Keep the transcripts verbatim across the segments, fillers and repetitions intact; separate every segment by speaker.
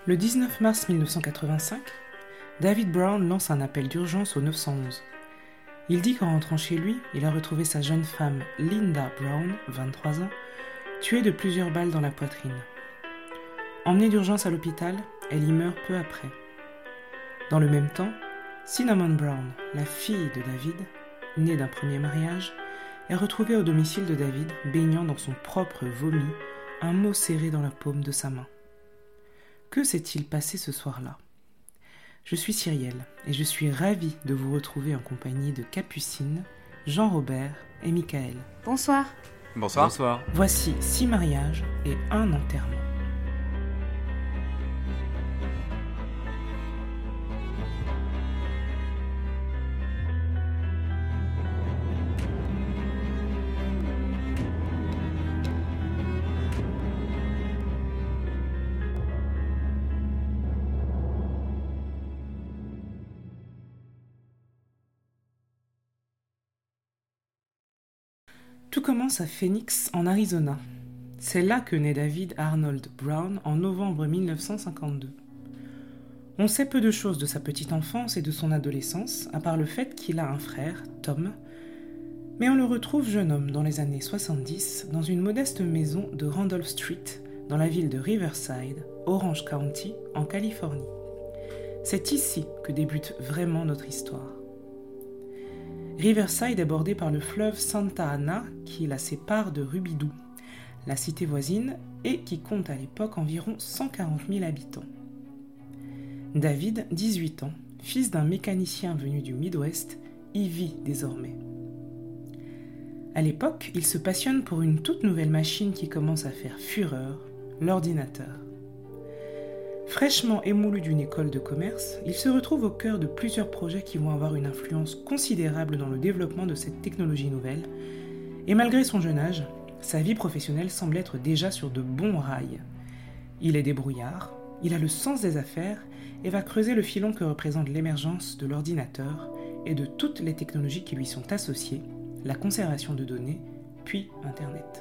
Speaker 1: Le dix-neuf mars mille neuf cent quatre-vingt-cinq, David Brown lance un appel d'urgence au neuf cent onze. Il dit qu'en rentrant chez lui, il a retrouvé sa jeune femme Linda Brown, vingt-trois ans, tuée de plusieurs balles dans la poitrine. Emmenée d'urgence à l'hôpital, elle y meurt peu après. Dans le même temps, Cinnamon Brown, la fille de David, née d'un premier mariage, est retrouvée au domicile de David, baignant dans son propre vomi, un mot serré dans la paume de sa main. Que s'est-il passé ce soir-là ? Je suis Cyrielle et je suis ravie de vous retrouver en compagnie de Capucine, Jean-Robert et Michael.
Speaker 2: Bonsoir.
Speaker 3: Bonsoir.
Speaker 4: Bonsoir.
Speaker 1: Voici six mariages et un enterrement. Tout commence à Phoenix, en Arizona. C'est là que naît David Arnold Brown en novembre mille neuf cent cinquante-deux. On sait peu de choses de sa petite enfance et de son adolescence, à part le fait qu'il a un frère, Tom, mais on le retrouve jeune homme dans les années soixante-dix dans une modeste maison de Randolph Street, dans la ville de Riverside, Orange County, en Californie. C'est ici que débute vraiment notre histoire. Riverside est bordée par le fleuve Santa Ana qui la sépare de Rubidoux, la cité voisine, et qui compte à l'époque environ cent quarante mille habitants. David, dix-huit ans, fils d'un mécanicien venu du Midwest, y vit désormais. À l'époque, il se passionne pour une toute nouvelle machine qui commence à faire fureur, l'ordinateur. Fraîchement émoulu d'une école de commerce, il se retrouve au cœur de plusieurs projets qui vont avoir une influence considérable dans le développement de cette technologie nouvelle, et malgré son jeune âge, sa vie professionnelle semble être déjà sur de bons rails. Il est débrouillard, il a le sens des affaires et va creuser le filon que représente l'émergence de l'ordinateur et de toutes les technologies qui lui sont associées, la conservation de données, puis Internet.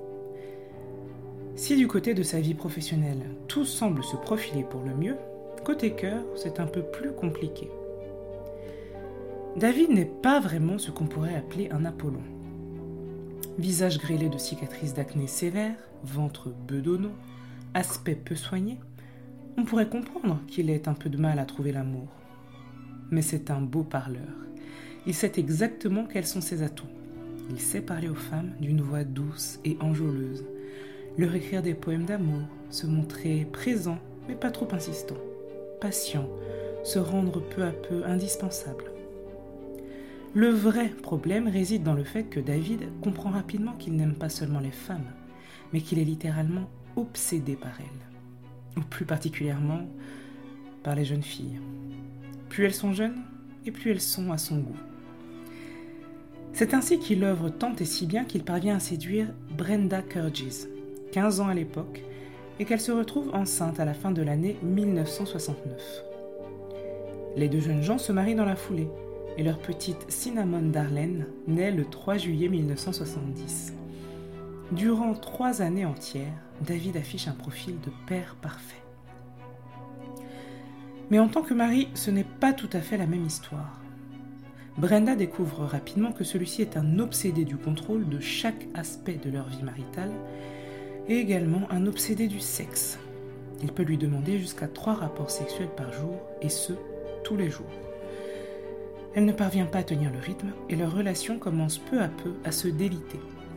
Speaker 1: Si du côté de sa vie professionnelle, tout semble se profiler pour le mieux, côté cœur, c'est un peu plus compliqué. David n'est pas vraiment ce qu'on pourrait appeler un Apollon. Visage grêlé de cicatrices d'acné sévères, ventre bedonnant, aspect peu soigné, on pourrait comprendre qu'il ait un peu de mal à trouver l'amour. Mais c'est un beau parleur. Il sait exactement quels sont ses atouts. Il sait parler aux femmes d'une voix douce et enjôleuse, leur écrire des poèmes d'amour, se montrer présent mais pas trop insistant, patient, se rendre peu à peu indispensable. Le vrai problème réside dans le fait que David comprend rapidement qu'il n'aime pas seulement les femmes, mais qu'il est littéralement obsédé par elles, ou plus particulièrement par les jeunes filles. Plus elles sont jeunes, et plus elles sont à son goût. C'est ainsi qu'il œuvre tant et si bien qu'il parvient à séduire Brenda Kurgis, quinze ans à l'époque, et qu'elle se retrouve enceinte à la fin de l'année mille neuf cent soixante-neuf. Les deux jeunes gens se marient dans la foulée, et leur petite Cinnamon Darlene naît le trois juillet mille neuf cent soixante-dix. Durant trois années entières, David affiche un profil de père parfait. Mais en tant que mari, ce n'est pas tout à fait la même histoire. Brenda découvre rapidement que celui-ci est un obsédé du contrôle de chaque aspect de leur vie maritale, et également un obsédé du sexe. Il peut lui demander jusqu'à trois rapports sexuels par jour, et ce, tous les jours. Elle ne parvient pas à tenir le rythme, et leur relation commence peu à peu à se déliter.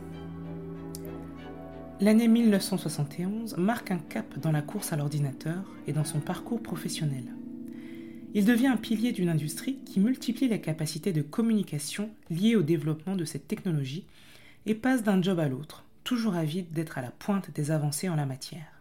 Speaker 1: L'année mille neuf cent soixante et onze marque un cap dans la course à l'ordinateur et dans son parcours professionnel. Il devient un pilier d'une industrie qui multiplie les capacités de communication liées au développement de cette technologie et passe d'un job à l'autre, toujours avide d'être à la pointe des avancées en la matière.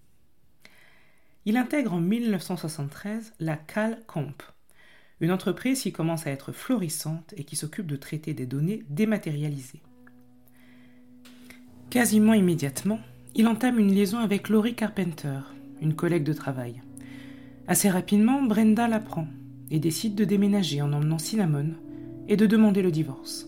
Speaker 1: Il intègre en mille neuf cent soixante-treize la Cal Comp, une entreprise qui commence à être florissante et qui s'occupe de traiter des données dématérialisées. Quasiment immédiatement, il entame une liaison avec Laurie Carpenter, une collègue de travail. Assez rapidement, Brenda l'apprend et décide de déménager en emmenant Cinnamon et de demander le divorce.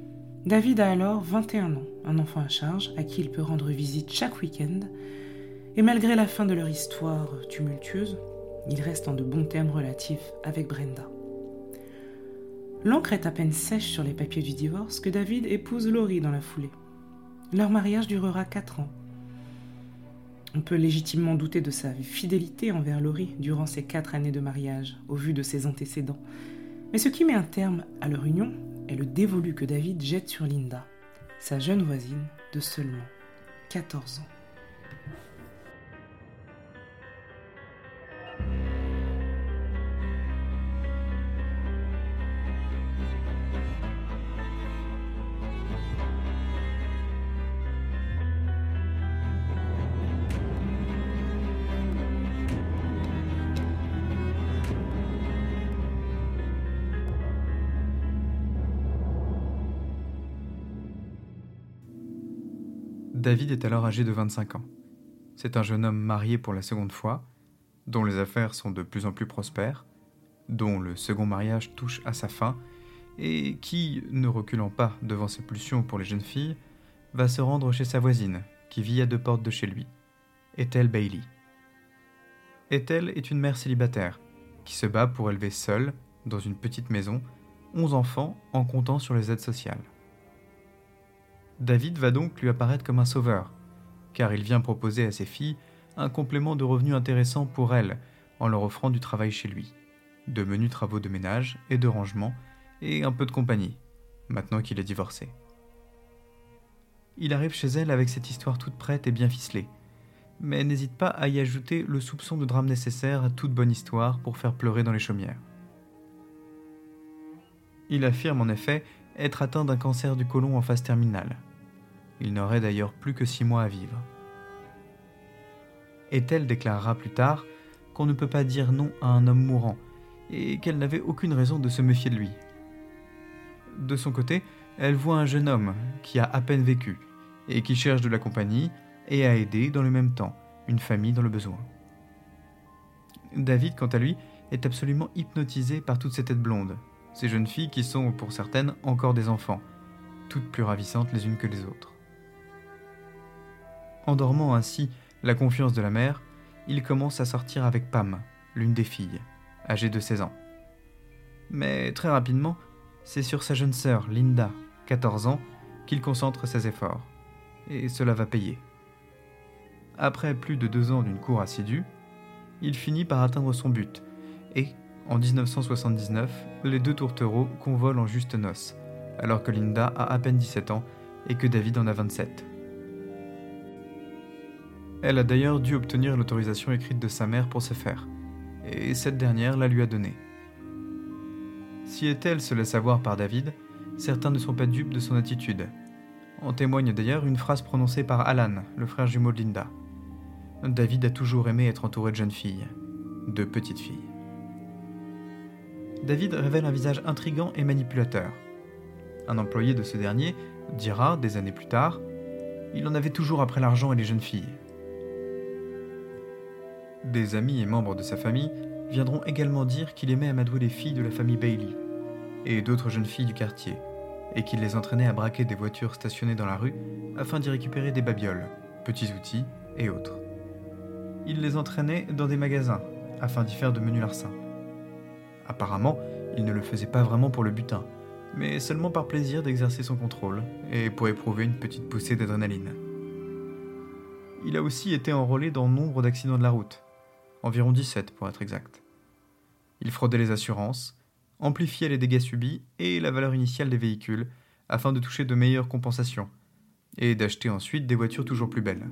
Speaker 1: David a alors vingt et un ans, un enfant à charge à qui il peut rendre visite chaque week-end Et malgré la fin de leur histoire tumultueuse, ils restent en de bons termes relatifs avec Brenda. L'encre est à peine sèche sur les papiers du divorce que David épouse Laurie dans la foulée. Leur mariage durera quatre ans. On peut légitimement douter de sa fidélité envers Laurie durant ces quatre années de mariage, au vu de ses antécédents. Mais ce qui met un terme à leur union est le dévolu que David jette sur Linda, sa jeune voisine de seulement quatorze ans.
Speaker 2: David est alors âgé de vingt-cinq ans. C'est un jeune homme marié pour la seconde fois, dont les affaires sont de plus en plus prospères, dont le second mariage touche à sa fin, et qui, ne reculant pas devant ses pulsions pour les jeunes filles, va se rendre chez sa voisine, qui vit à deux portes de chez lui, Ethel Bailey. Ethel est une mère célibataire, qui se bat pour élever seule, dans une petite maison, onze enfants en comptant sur les aides sociales. David va donc lui apparaître comme un sauveur, car il vient proposer à ses filles un complément de revenus intéressant pour elles, en leur offrant du travail chez lui, de menus travaux de ménage et de rangement, et un peu de compagnie, maintenant qu'il est divorcé. Il arrive chez elle avec cette histoire toute prête et bien ficelée, mais n'hésite pas à y ajouter le soupçon de drame nécessaire à toute bonne histoire pour faire pleurer dans les chaumières. Il affirme en effet être atteint d'un cancer du côlon en phase terminale. Il n'aurait d'ailleurs plus que six mois à vivre. Ethel déclarera plus tard qu'on ne peut pas dire non à un homme mourant et qu'elle n'avait aucune raison de se méfier de lui. De son côté, elle voit un jeune homme qui a à peine vécu et qui cherche de la compagnie et à aider dans le même temps une famille dans le besoin. David, quant à lui, est absolument hypnotisé par toutes ces têtes blondes, ces jeunes filles qui sont, pour certaines, encore des enfants, toutes plus ravissantes les unes que les autres. Endormant ainsi la confiance de la mère, il commence à sortir avec Pam, l'une des filles, âgée de seize ans. Mais très rapidement, c'est sur sa jeune sœur, Linda, quatorze ans, qu'il concentre ses efforts, et cela va payer. Après plus de deux ans d'une cour assidue, il finit par atteindre son but, et, en dix-neuf cent soixante-dix-neuf, les deux tourtereaux convolent en juste noces, alors que Linda a à peine dix-sept ans et que David en a vingt-sept. Elle a d'ailleurs dû obtenir l'autorisation écrite de sa mère pour ce faire, et cette dernière la lui a donnée. Si Ethel se laisse avoir par David, certains ne sont pas dupes de son attitude. En témoigne d'ailleurs une phrase prononcée par Alan, le frère jumeau de Linda. David a toujours aimé être entouré de jeunes filles, de petites filles. David révèle un visage intrigant et manipulateur. Un employé de ce dernier dira, des années plus tard, « Il en avait toujours après l'argent et les jeunes filles ». Des amis et membres de sa famille viendront également dire qu'il aimait amadouer les filles de la famille Bailey et d'autres jeunes filles du quartier, et qu'il les entraînait à braquer des voitures stationnées dans la rue afin d'y récupérer des babioles, petits outils et autres. Il les entraînait dans des magasins afin d'y faire de menus larcins. Apparemment, il ne le faisait pas vraiment pour le butin, mais seulement par plaisir d'exercer son contrôle et pour éprouver une petite poussée d'adrénaline. Il a aussi été enrôlé dans nombre d'accidents de la route, environ dix-sept pour être exact. Il fraudait les assurances, amplifiait les dégâts subis et la valeur initiale des véhicules afin de toucher de meilleures compensations et d'acheter ensuite des voitures toujours plus belles.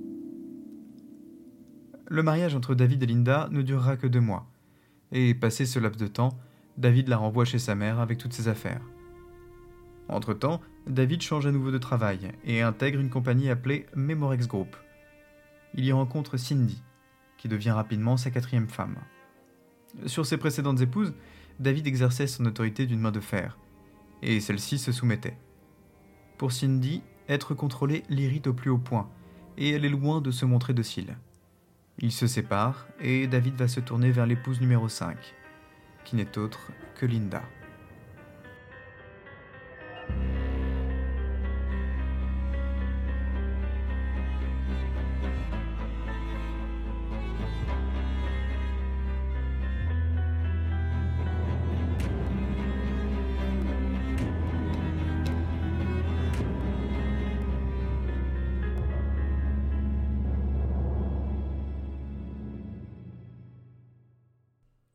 Speaker 2: Le mariage entre David et Linda ne durera que deux mois, et passé ce laps de temps, David la renvoie chez sa mère avec toutes ses affaires. Entre-temps, David change à nouveau de travail et intègre une compagnie appelée Memorex Group. Il y rencontre Cindy, qui devient rapidement sa quatrième femme. Sur ses précédentes épouses, David exerçait son autorité d'une main de fer, et celle-ci se soumettait. Pour Cindy, être contrôlée l'irrite au plus haut point, et elle est loin de se montrer docile. Ils se séparent, et David va se tourner vers l'épouse numéro cinq, qui n'est autre que Linda.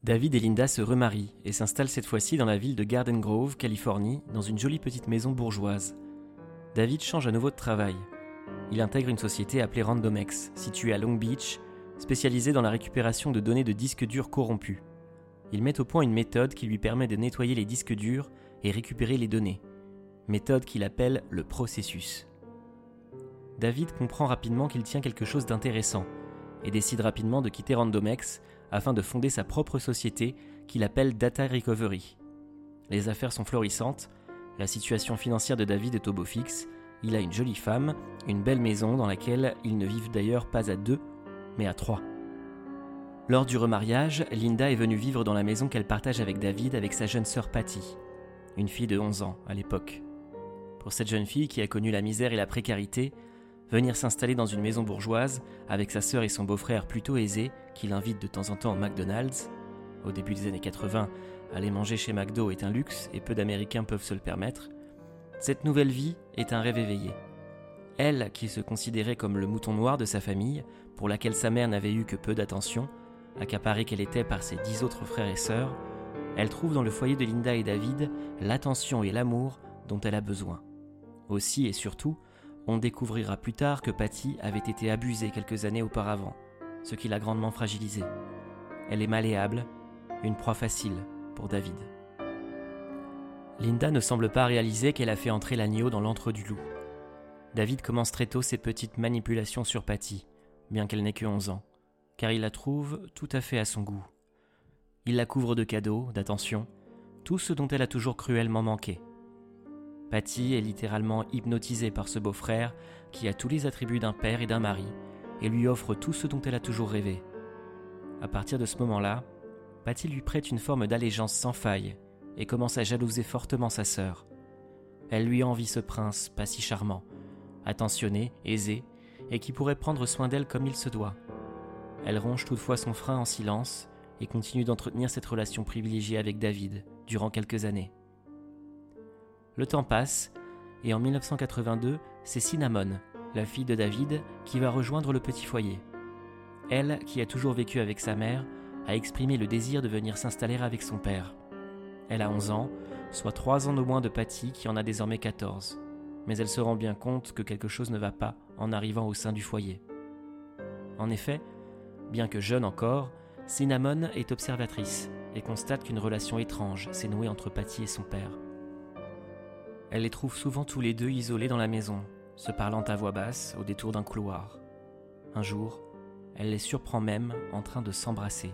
Speaker 3: David et Linda se remarient et s'installent cette fois-ci dans la ville de Garden Grove, Californie, dans une jolie petite maison bourgeoise. David change à nouveau de travail. Il intègre une société appelée Randomex, située à Long Beach, spécialisée dans la récupération de données de disques durs corrompus. Il met au point une méthode qui lui permet de nettoyer les disques durs et récupérer les données. Méthode qu'il appelle le processus. David comprend rapidement qu'il tient quelque chose d'intéressant et décide rapidement de quitter Randomex afin de fonder sa propre société qu'il appelle Data Recovery. Les affaires sont florissantes, la situation financière de David est au beau fixe, il a une jolie femme, une belle maison dans laquelle ils ne vivent d'ailleurs pas à deux, mais à trois. Lors du remariage, Linda est venue vivre dans la maison qu'elle partage avec David avec sa jeune sœur Patty, une fille de onze ans à l'époque. Pour cette jeune fille qui a connu la misère et la précarité, venir s'installer dans une maison bourgeoise avec sa sœur et son beau-frère plutôt aisés, qui l'invitent de temps en temps au McDonald's. Au début des années quatre-vingts, aller manger chez McDo est un luxe et peu d'Américains peuvent se le permettre. Cette nouvelle vie est un rêve éveillé. Elle, qui se considérait comme le mouton noir de sa famille, pour laquelle sa mère n'avait eu que peu d'attention, accaparée qu'elle était par ses dix autres frères et sœurs, elle trouve dans le foyer de Linda et David l'attention et l'amour dont elle a besoin. Aussi et surtout, on découvrira plus tard que Patty avait été abusée quelques années auparavant, ce qui l'a grandement fragilisée. Elle est malléable, une proie facile pour David. Linda ne semble pas réaliser qu'elle a fait entrer l'agneau dans l'antre du loup. David commence très tôt ses petites manipulations sur Patty, bien qu'elle n'ait que onze ans, car il la trouve tout à fait à son goût. Il la couvre de cadeaux, d'attention, tout ce dont elle a toujours cruellement manqué. Patty est littéralement hypnotisée par ce beau-frère qui a tous les attributs d'un père et d'un mari et lui offre tout ce dont elle a toujours rêvé. À partir de ce moment-là, Patty lui prête une forme d'allégeance sans faille et commence à jalouser fortement sa sœur. Elle lui envie ce prince pas si charmant, attentionné, aisé et qui pourrait prendre soin d'elle comme il se doit. Elle ronge toutefois son frein en silence et continue d'entretenir cette relation privilégiée avec David durant quelques années. Le temps passe, et en dix-neuf cent quatre-vingt-deux, c'est Cinnamon, la fille de David, qui va rejoindre le petit foyer. Elle, qui a toujours vécu avec sa mère, a exprimé le désir de venir s'installer avec son père. Elle a onze ans, soit trois ans de moins de Patty qui en a désormais quatorze, mais elle se rend bien compte que quelque chose ne va pas en arrivant au sein du foyer. En effet, bien que jeune encore, Cinnamon est observatrice et constate qu'une relation étrange s'est nouée entre Patty et son père. Elle les trouve souvent tous les deux isolés dans la maison, se parlant à voix basse au détour d'un couloir. Un jour, elle les surprend même en train de s'embrasser.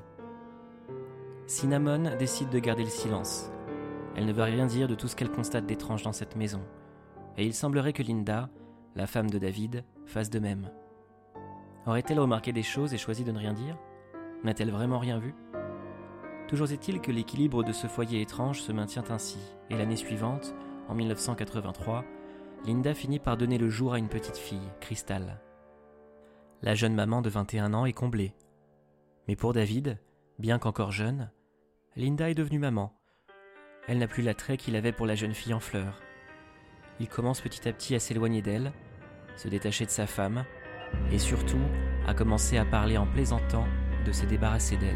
Speaker 3: Cinnamon décide de garder le silence. Elle ne veut rien dire de tout ce qu'elle constate d'étrange dans cette maison, et il semblerait que Linda, la femme de David, fasse de même. Aurait-elle remarqué des choses et choisi de ne rien dire ? N'a-t-elle vraiment rien vu ? Toujours est-il que l'équilibre de ce foyer étrange se maintient ainsi, et l'année suivante, en dix-neuf cent quatre-vingt-trois, Linda finit par donner le jour à une petite fille, Crystal. La jeune maman de vingt et un ans est comblée. Mais pour David, bien qu'encore jeune, Linda est devenue maman. Elle n'a plus l'attrait qu'il avait pour la jeune fille en fleurs. Il commence petit à petit à s'éloigner d'elle, se détacher de sa femme, et surtout à commencer à parler en plaisantant de se débarrasser d'elle.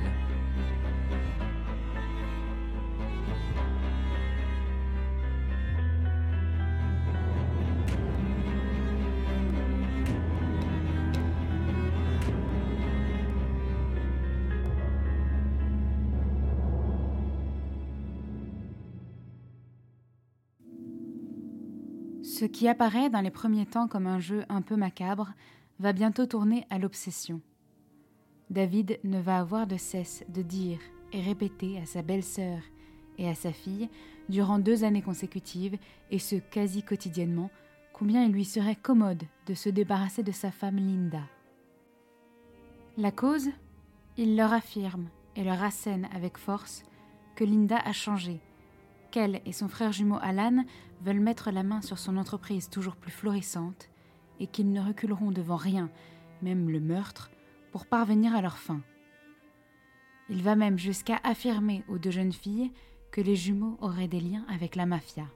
Speaker 4: Ce qui apparaît dans les premiers temps comme un jeu un peu macabre va bientôt tourner à l'obsession. David ne va avoir de cesse de dire et répéter à sa belle-sœur et à sa fille, durant deux années consécutives, et ce quasi quotidiennement, combien il lui serait commode de se débarrasser de sa femme Linda. La cause ? Il leur affirme et leur assène avec force que Linda a changé, qu'elle et son frère jumeau Alan veulent mettre la main sur son entreprise toujours plus florissante et qu'ils ne reculeront devant rien, même le meurtre, pour parvenir à leur fin. Il va même jusqu'à affirmer aux deux jeunes filles que les jumeaux auraient des liens avec la mafia.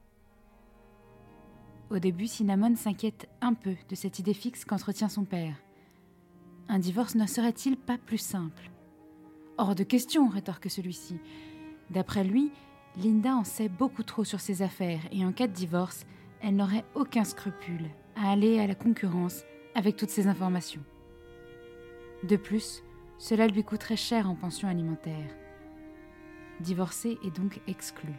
Speaker 4: Au début, Cinnamon s'inquiète un peu de cette idée fixe qu'entretient son père. Un divorce ne serait-il pas plus simple ? Hors de question, rétorque celui-ci. D'après lui, Linda en sait beaucoup trop sur ses affaires et en cas de divorce, elle n'aurait aucun scrupule à aller à la concurrence avec toutes ces informations. De plus, cela lui coûterait cher en pension alimentaire. Divorcer est donc exclu.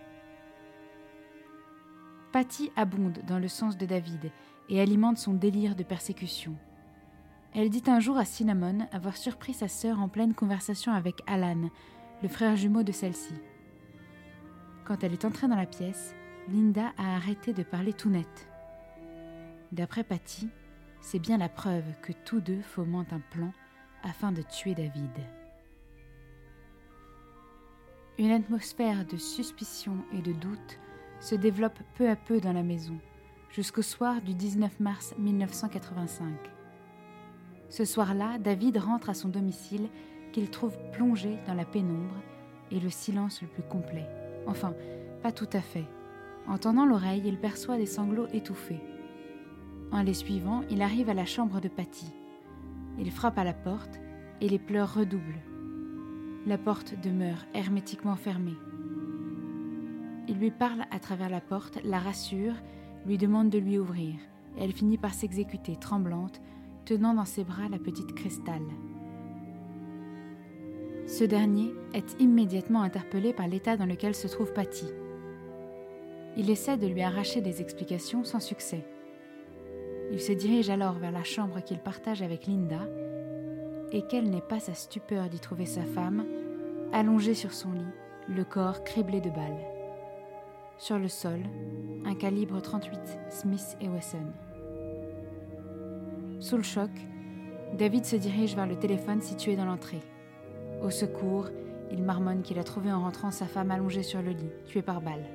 Speaker 4: Patty abonde dans le sens de David et alimente son délire de persécution. Elle dit un jour à Cinnamon avoir surpris sa sœur en pleine conversation avec Alan, le frère jumeau de celle-ci. Quand elle est entrée dans la pièce, Linda a arrêté de parler tout net. D'après Patty, c'est bien la preuve que tous deux fomentent un plan afin de tuer David. Une atmosphère de suspicion et de doute se développe peu à peu dans la maison, jusqu'au soir du dix-neuf mars mille neuf cent quatre-vingt-cinq. Ce soir-là, David rentre à son domicile qu'il trouve plongé dans la pénombre et le silence le plus complet. Enfin, pas tout à fait. En tendant l'oreille, il perçoit des sanglots étouffés. En les suivant, il arrive à la chambre de Patty. Il frappe à la porte et les pleurs redoublent. La porte demeure hermétiquement fermée. Il lui parle à travers la porte, la rassure, lui demande de lui ouvrir. Et elle finit par s'exécuter, tremblante, tenant dans ses bras la petite Cristal. Ce dernier est immédiatement interpellé par l'état dans lequel se trouve Patty. Il essaie de lui arracher des explications sans succès. Il se dirige alors vers la chambre qu'il partage avec Linda, et quelle n'est pas sa stupeur d'y trouver sa femme, allongée sur son lit, le corps criblé de balles. Sur le sol, un calibre trente-huit Smith et Wesson. Sous le choc, David se dirige vers le téléphone situé dans l'entrée. Au secours, il marmonne qu'il a trouvé en rentrant sa femme allongée sur le lit, tuée par balle.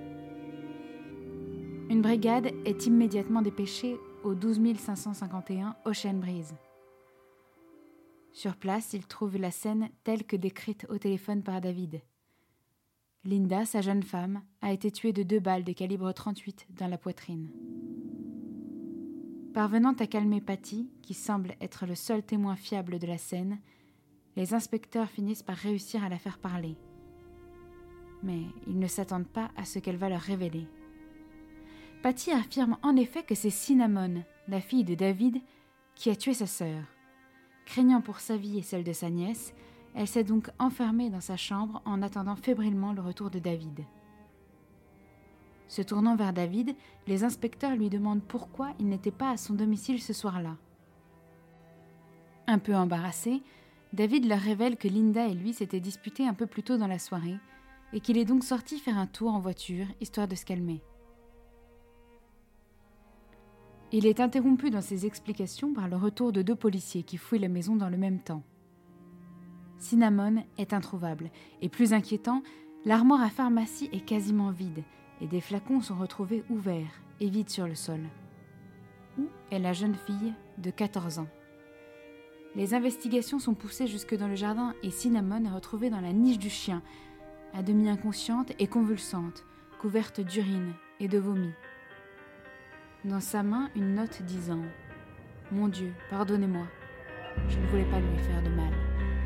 Speaker 4: Une brigade est immédiatement dépêchée au douze mille cinq cent cinquante et un Ocean Breeze. Sur place, il trouve la scène telle que décrite au téléphone par David. Linda, sa jeune femme, a été tuée de deux balles de calibre trente-huit dans la poitrine. Parvenant à calmer Patty, qui semble être le seul témoin fiable de la scène, les inspecteurs finissent par réussir à la faire parler. Mais ils ne s'attendent pas à ce qu'elle va leur révéler. Patty affirme en effet que c'est Cinnamon, la fille de David, qui a tué sa sœur. Craignant pour sa vie et celle de sa nièce, elle s'est donc enfermée dans sa chambre en attendant fébrilement le retour de David. Se tournant vers David, les inspecteurs lui demandent pourquoi il n'était pas à son domicile ce soir-là. Un peu embarrassé, David leur révèle que Linda et lui s'étaient disputés un peu plus tôt dans la soirée et qu'il est donc sorti faire un tour en voiture, histoire de se calmer. Il est interrompu dans ses explications par le retour de deux policiers qui fouillent la maison dans le même temps. Cinnamon est introuvable, et plus inquiétant, l'armoire à pharmacie est quasiment vide, et des flacons sont retrouvés ouverts et vides sur le sol. Où est la jeune fille de quatorze ans? Les investigations sont poussées jusque dans le jardin et Cinnamon est retrouvée dans la niche du chien, à demi inconsciente et convulsante, couverte d'urine et de vomi. Dans sa main, une note disant « Mon Dieu, pardonnez-moi, je ne voulais pas lui faire de mal. »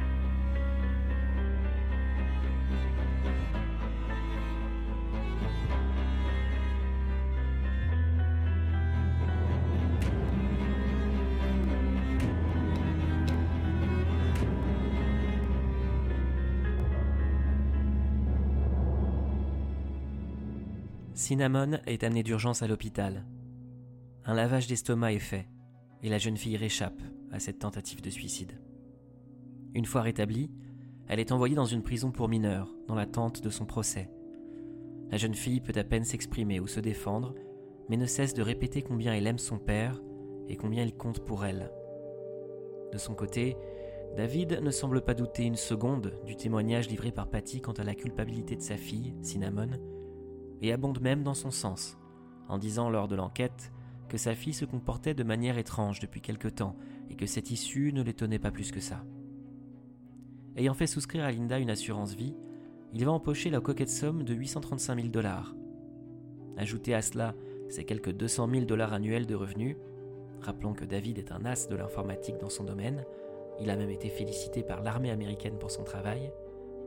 Speaker 3: Cinnamon est amenée d'urgence à l'hôpital. Un lavage d'estomac est fait, et la jeune fille réchappe à cette tentative de suicide. Une fois rétablie, elle est envoyée dans une prison pour mineurs, dans l'attente de son procès. La jeune fille peut à peine s'exprimer ou se défendre, mais ne cesse de répéter combien elle aime son père et combien il compte pour elle. De son côté, David ne semble pas douter une seconde du témoignage livré par Patty quant à la culpabilité de sa fille, Cinnamon, et abonde même dans son sens, en disant lors de l'enquête que sa fille se comportait de manière étrange depuis quelque temps et que cette issue ne l'étonnait pas plus que ça. Ayant fait souscrire à Linda une assurance vie, il va empocher la coquette somme de huit cent trente-cinq mille dollars. Ajoutez à cela ses quelques deux cent mille dollars annuels de revenus, rappelons que David est un as de l'informatique dans son domaine, il a même été félicité par l'armée américaine pour son travail,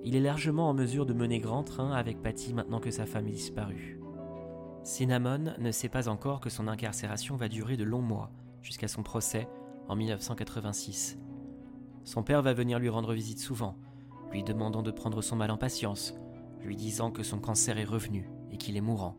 Speaker 3: il est largement en mesure de mener grand train avec Patty maintenant que sa femme est disparue. Cinnamon ne sait pas encore que son incarcération va durer de longs mois, jusqu'à son procès en dix-neuf cent quatre-vingt-six. Son père va venir lui rendre visite souvent, lui demandant de prendre son mal en patience, lui disant que son cancer est revenu et qu'il est mourant.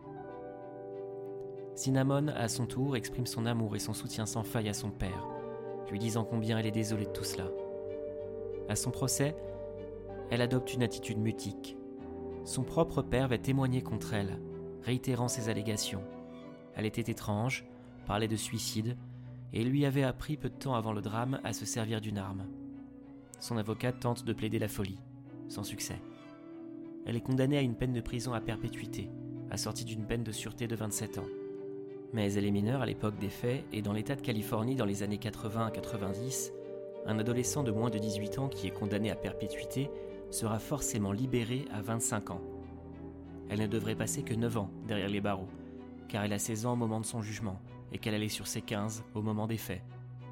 Speaker 3: Cinnamon, à son tour, exprime son amour et son soutien sans faille à son père, lui disant combien elle est désolée de tout cela. À son procès, elle adopte une attitude mutique. Son propre père va témoigner contre elle, réitérant ses allégations. Elle était étrange, parlait de suicide, et lui avait appris peu de temps avant le drame à se servir d'une arme. Son avocat tente de plaider la folie, sans succès. Elle est condamnée à une peine de prison à perpétuité, assortie d'une peine de sûreté de vingt-sept ans. Mais elle est mineure à l'époque des faits, et dans l'État de Californie dans les années quatre-vingts à quatre-vingt-dix, un adolescent de moins de dix-huit ans qui est condamné à perpétuité sera forcément libéré à vingt-cinq ans. Elle ne devrait passer que neuf ans derrière les barreaux, car elle a seize ans au moment de son jugement, et qu'elle allait sur ses quinze au moment des faits.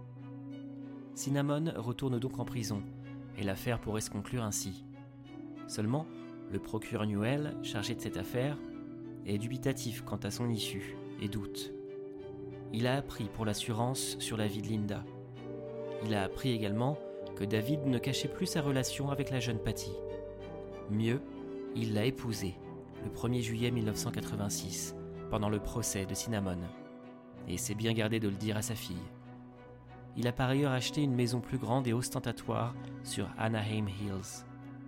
Speaker 3: Cinnamon retourne donc en prison, et l'affaire pourrait se conclure ainsi. Seulement, le procureur Newell, chargé de cette affaire, est dubitatif quant à son issue, et doute. Il a appris pour l'assurance sur la vie de Linda. Il a appris également que David ne cachait plus sa relation avec la jeune Patty. Mieux, il l'a épousée, le premier juillet mille neuf cent quatre-vingt-six, pendant le procès de Cinnamon, et s'est bien gardé de le dire à sa fille. Il a par ailleurs acheté une maison plus grande et ostentatoire sur Anaheim Hills.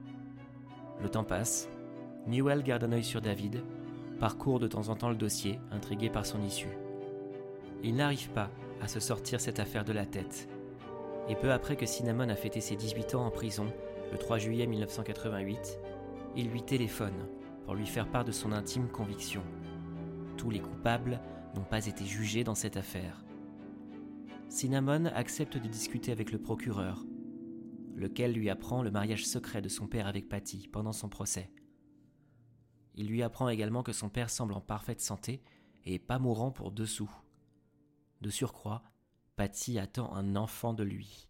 Speaker 3: Le temps passe, Newell garde un œil sur David, parcourt de temps en temps le dossier, intrigué par son issue. Il n'arrive pas à se sortir cette affaire de la tête. Et peu après que Cinnamon a fêté ses dix-huit ans en prison, le trois juillet mille neuf cent quatre-vingt-huit, il lui téléphone pour lui faire part de son intime conviction. Tous les coupables n'ont pas été jugés dans cette affaire. Cinnamon accepte de discuter avec le procureur, lequel lui apprend le mariage secret de son père avec Patty pendant son procès. Il lui apprend également que son père semble en parfaite santé et pas mourant pour deux sous. De surcroît, Patty attend un enfant de lui.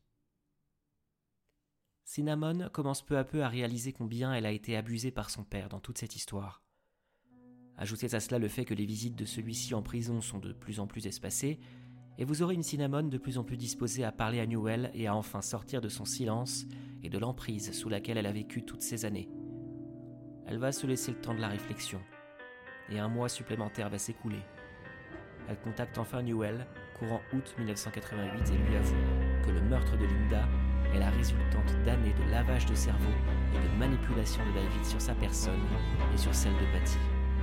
Speaker 3: Cinnamon commence peu à peu à réaliser combien elle a été abusée par son père dans toute cette histoire. Ajoutez à cela le fait que les visites de celui-ci en prison sont de plus en plus espacées, et vous aurez une Cinnamon de plus en plus disposée à parler à Newell et à enfin sortir de son silence et de l'emprise sous laquelle elle a vécu toutes ces années. Elle va se laisser le temps de la réflexion, et un mois supplémentaire va s'écouler. Elle contacte enfin Newell, courant août mille neuf cent quatre-vingt-huit, et lui avoue que le meurtre de Linda est la résultante d'années de lavage de cerveau et de manipulation de David sur sa personne et sur celle de Patty.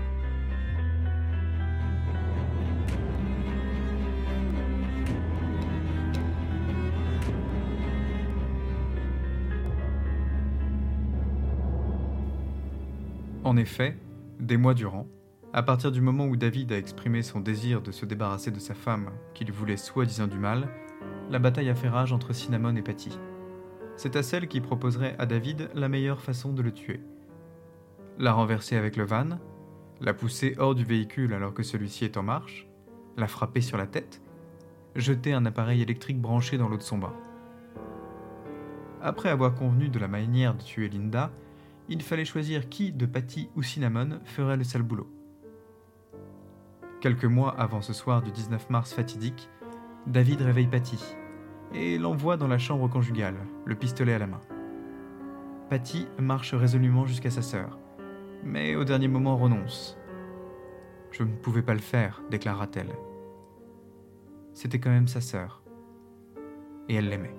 Speaker 2: En effet, des mois durant, à partir du moment où David a exprimé son désir de se débarrasser de sa femme, qui lui voulait soi-disant du mal, la bataille a fait rage entre Cinnamon et Patty. C'est à celle qui proposerait à David la meilleure façon de le tuer. La renverser avec le van, la pousser hors du véhicule alors que celui-ci est en marche, la frapper sur la tête, jeter un appareil électrique branché dans l'eau de son bain. Après avoir convenu de la manière de tuer Linda, il fallait choisir qui de Patty ou Cinnamon ferait le sale boulot. Quelques mois avant ce soir du dix-neuf mars fatidique, David réveille Patty et l'envoie dans la chambre conjugale, le pistolet à la main. Patty marche résolument jusqu'à sa sœur, mais au dernier moment renonce. « Je ne pouvais pas le faire », déclara-t-elle. C'était quand même sa sœur, et elle l'aimait.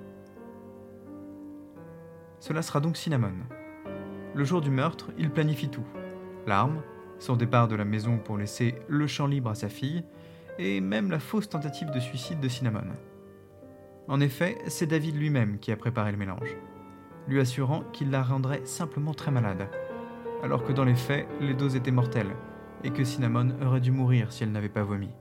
Speaker 2: Cela sera donc Cinnamon. Le jour du meurtre, il planifie tout. L'arme, son départ de la maison pour laisser le champ libre à sa fille, et même la fausse tentative de suicide de Cinnamon. En effet, c'est David lui-même qui a préparé le mélange, lui assurant qu'il la rendrait simplement très malade, alors que dans les faits, les doses étaient mortelles, et que Cinnamon aurait dû mourir si elle n'avait pas vomi.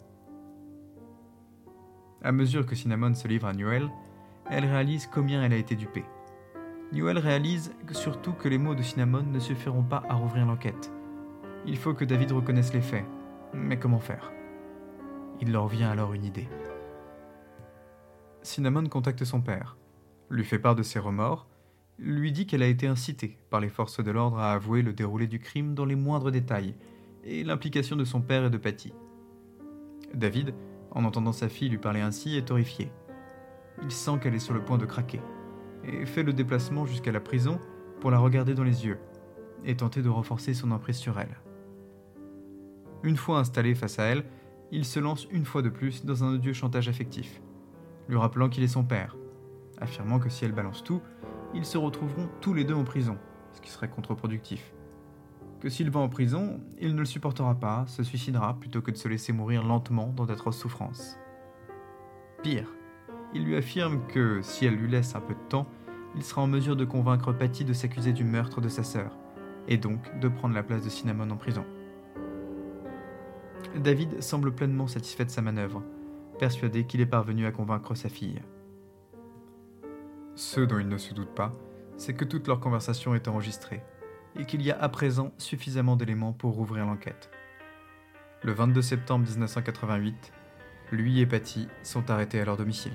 Speaker 2: À mesure que Cinnamon se livre à Newell, elle réalise combien elle a été dupée. Newell réalise surtout que les mots de Cinnamon ne suffiront pas à rouvrir l'enquête. Il faut que David reconnaisse les faits. Mais comment faire ? Il leur vient alors une idée. Cinnamon contacte son père, lui fait part de ses remords, lui dit qu'elle a été incitée par les forces de l'ordre à avouer le déroulé du crime dans les moindres détails et l'implication de son père et de Patty. David, en entendant sa fille lui parler ainsi, est horrifié. Il sent qu'elle est sur le point de craquer et fait le déplacement jusqu'à la prison pour la regarder dans les yeux et tenter de renforcer son emprise sur elle. Une fois installé face à elle, il se lance une fois de plus dans un odieux chantage affectif, lui rappelant qu'il est son père, affirmant que si elle balance tout, ils se retrouveront tous les deux en prison, ce qui serait contre-productif. Que s'il va en prison, il ne le supportera pas, se suicidera plutôt que de se laisser mourir lentement dans d'atroces souffrances. Pire, il lui affirme que si elle lui laisse un peu de temps, il sera en mesure de convaincre Patty de s'accuser du meurtre de sa sœur, et donc de prendre la place de Cinnamon en prison. David semble pleinement satisfait de sa manœuvre, persuadé qu'il est parvenu à convaincre sa fille. Ce dont il ne se doute pas, c'est que toute leur conversation est enregistrée, et qu'il y a à présent suffisamment d'éléments pour rouvrir l'enquête. Le vingt-deux septembre dix-neuf cent quatre-vingt-huit, lui et Patty sont arrêtés à leur domicile.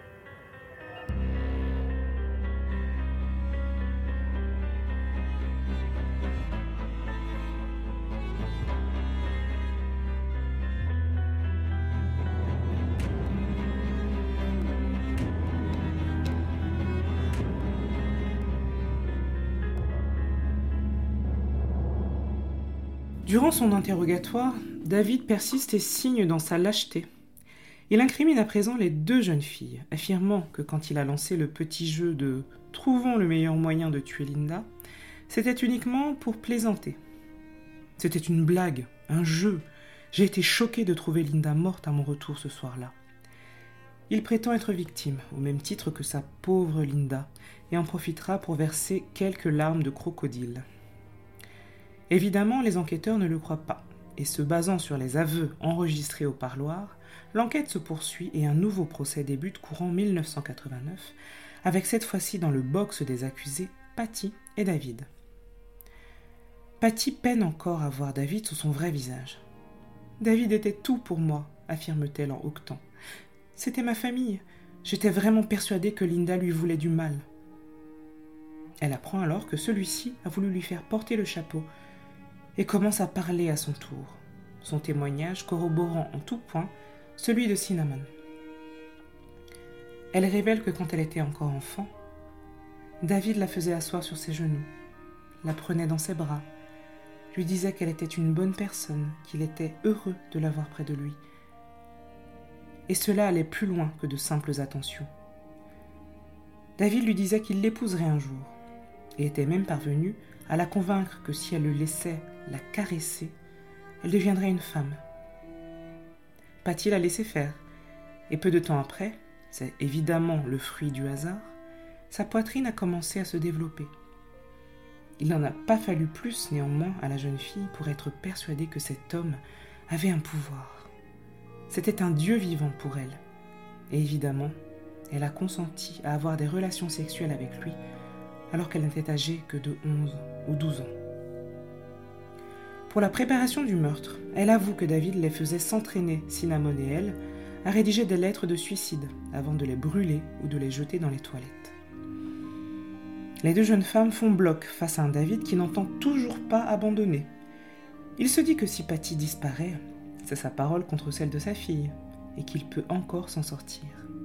Speaker 1: Durant son interrogatoire, David persiste et signe dans sa lâcheté. Il incrimine à présent les deux jeunes filles, affirmant que quand il a lancé le petit jeu de « Trouvons le meilleur moyen de tuer Linda », c'était uniquement pour plaisanter. C'était une blague, un jeu. J'ai été choqué de trouver Linda morte à mon retour ce soir-là. Il prétend être victime, au même titre que sa pauvre Linda, et en profitera pour verser quelques larmes de crocodile. Évidemment, les enquêteurs ne le croient pas, et se basant sur les aveux enregistrés au parloir, l'enquête se poursuit et un nouveau procès débute courant mille neuf cent quatre-vingt-neuf, avec cette fois-ci dans le box des accusés, Patty et David. Patty peine encore à voir David sous son vrai visage. « David était tout pour moi », affirme-t-elle en hoquetant. « C'était ma famille. J'étais vraiment persuadée que Linda lui voulait du mal. » Elle apprend alors que celui-ci a voulu lui faire porter le chapeau et commence à parler à son tour, son témoignage corroborant en tout point celui de Cinnamon. Elle révèle que quand elle était encore enfant, David la faisait asseoir sur ses genoux, la prenait dans ses bras, lui disait qu'elle était une bonne personne, qu'il était heureux de l'avoir près de lui. Et cela allait plus loin que de simples attentions. David lui disait qu'il l'épouserait un jour, et était même parvenu à la convaincre que si elle le laissait la caresser, elle deviendrait une femme. Patty l'a laissé faire, et peu de temps après, c'est évidemment le fruit du hasard, sa poitrine a commencé à se développer. Il n'en a pas fallu plus néanmoins à la jeune fille pour être persuadée que cet homme avait un pouvoir. C'était un dieu vivant pour elle, et évidemment, elle a consenti à avoir des relations sexuelles avec lui alors qu'elle n'était âgée que de onze ou douze ans. Pour la préparation du meurtre, elle avoue que David les faisait s'entraîner, Cinnamon et elle, à rédiger des lettres de suicide avant de les brûler ou de les jeter dans les toilettes. Les deux jeunes femmes font bloc face à un David qui n'entend toujours pas abandonner. Il se dit que si Patty disparaît, c'est sa parole contre celle de sa fille, et qu'il peut encore s'en sortir.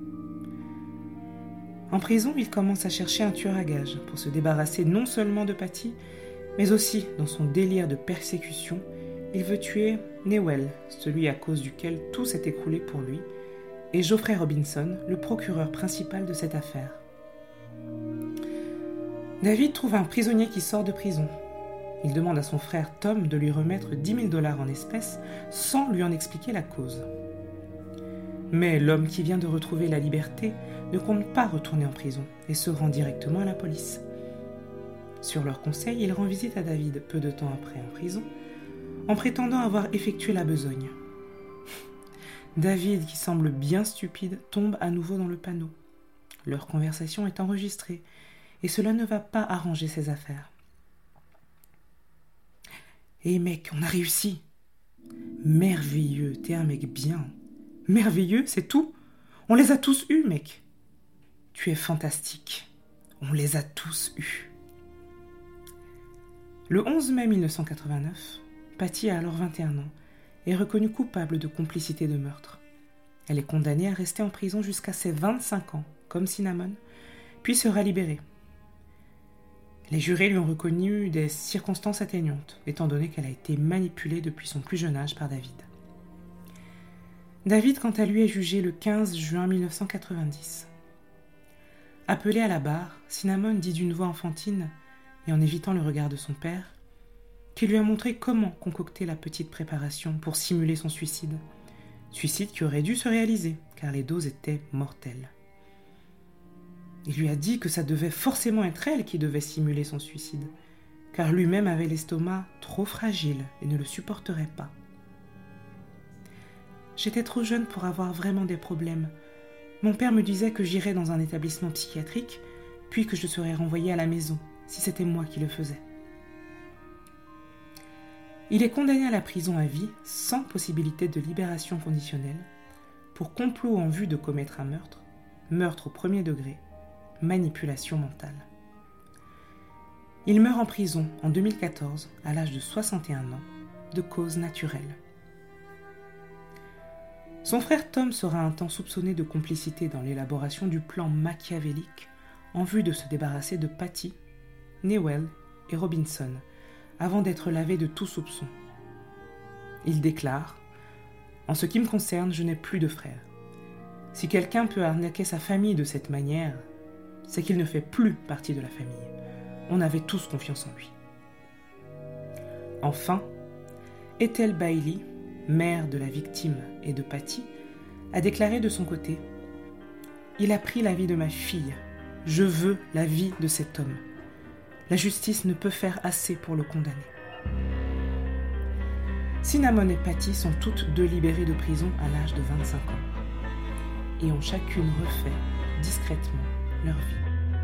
Speaker 1: En prison, il commence à chercher un tueur à gages pour se débarrasser non seulement de Patty, mais aussi, dans son délire de persécution, il veut tuer Newell, celui à cause duquel tout s'est écroulé pour lui, et Geoffrey Robinson, le procureur principal de cette affaire. David trouve un prisonnier qui sort de prison. Il demande à son frère Tom de lui remettre dix mille dollars en espèces sans lui en expliquer la cause. Mais l'homme qui vient de retrouver la liberté ne compte pas retourner en prison et se rend directement à la police. Sur leur conseil, il rend visite à David peu de temps après en prison, en prétendant avoir effectué la besogne. David, qui semble bien stupide, tombe à nouveau dans le panneau. Leur conversation est enregistrée, et cela ne va pas arranger ses affaires. « Hé hey mec, on a réussi !»« Merveilleux, t'es un mec bien. »« Merveilleux, c'est tout. On les a tous eus, mec. »« Tu es fantastique. » On les a tous eus. Le onze mai mille neuf cent quatre-vingt-neuf, Patty a alors vingt et un ans et est reconnue coupable de complicité de meurtre. Elle est condamnée à rester en prison jusqu'à ses vingt-cinq ans, comme Cinnamon, puis sera libérée. Les jurés lui ont reconnu des circonstances atténuantes, étant donné qu'elle a été manipulée depuis son plus jeune âge par David. David, quant à lui, est jugé le quinze juin mille neuf cent quatre-vingt-dix. Appelé à la barre, Cinnamon dit d'une voix enfantine, et en évitant le regard de son père, qu'il lui a montré comment concocter la petite préparation pour simuler son suicide. Suicide qui aurait dû se réaliser, car les doses étaient mortelles. Il lui a dit que ça devait forcément être elle qui devait simuler son suicide, car lui-même avait l'estomac trop fragile et ne le supporterait pas. J'étais trop jeune pour avoir vraiment des problèmes. Mon père me disait que j'irais dans un établissement psychiatrique, puis que je serais renvoyée à la maison, si c'était moi qui le faisais. Il est condamné à la prison à vie, sans possibilité de libération conditionnelle, pour complot en vue de commettre un meurtre, meurtre au premier degré, manipulation mentale. Il meurt en prison en deux mille quatorze, à l'âge de soixante et un ans, de cause naturelle. Son frère Tom sera un temps soupçonné de complicité dans l'élaboration du plan machiavélique en vue de se débarrasser de Patty, Newell et Robinson, avant d'être lavé de tout soupçon. Il déclare « En ce qui me concerne, je n'ai plus de frères. Si quelqu'un peut arnaquer sa famille de cette manière, c'est qu'il ne fait plus partie de la famille. On avait tous confiance en lui. » Enfin, Ethel Bailey, mère de la victime et de Patty, a déclaré de son côté « Il a pris la vie de ma fille. Je veux la vie de cet homme. La justice ne peut faire assez pour le condamner. » Cinnamon et Patty sont toutes deux libérées de prison à l'âge de vingt-cinq ans et ont chacune refait discrètement leur vie.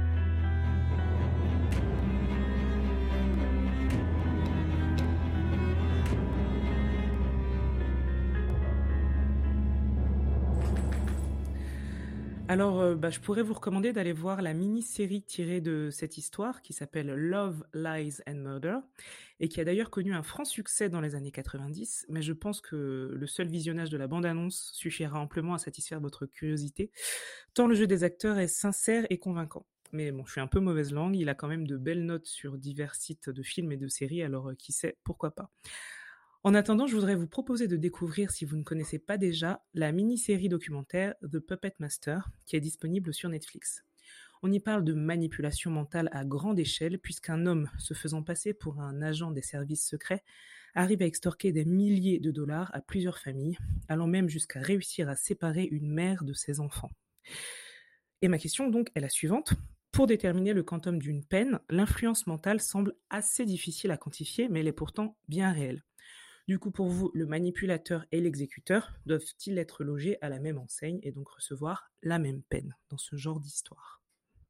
Speaker 1: Alors, euh, bah, je pourrais vous recommander d'aller voir la mini-série tirée de cette histoire qui s'appelle Love, Lies and Murder et qui a d'ailleurs connu un franc succès dans les années quatre-vingt-dix, mais je pense que le seul visionnage de la bande-annonce suffira amplement à satisfaire votre curiosité, tant le jeu des acteurs est sincère et convaincant. Mais bon, je suis un peu mauvaise langue, il a quand même de belles notes sur divers sites de films et de séries, alors euh, qui sait, pourquoi pas. En attendant, je voudrais vous proposer de découvrir, si vous ne connaissez pas déjà, la mini-série documentaire The Puppet Master, qui est disponible sur Netflix. On y parle de manipulation mentale à grande échelle, puisqu'un homme se faisant passer pour un agent des services secrets arrive à extorquer des milliers de dollars à plusieurs familles, allant même jusqu'à réussir à séparer une mère de ses enfants. Et ma question donc est la suivante. Pour déterminer le quantum d'une peine, l'influence mentale semble assez difficile à quantifier, mais elle est pourtant bien réelle. Du coup, pour vous, le manipulateur et l'exécuteur doivent-ils être logés à la même enseigne et donc recevoir la même peine dans ce genre d'histoire ?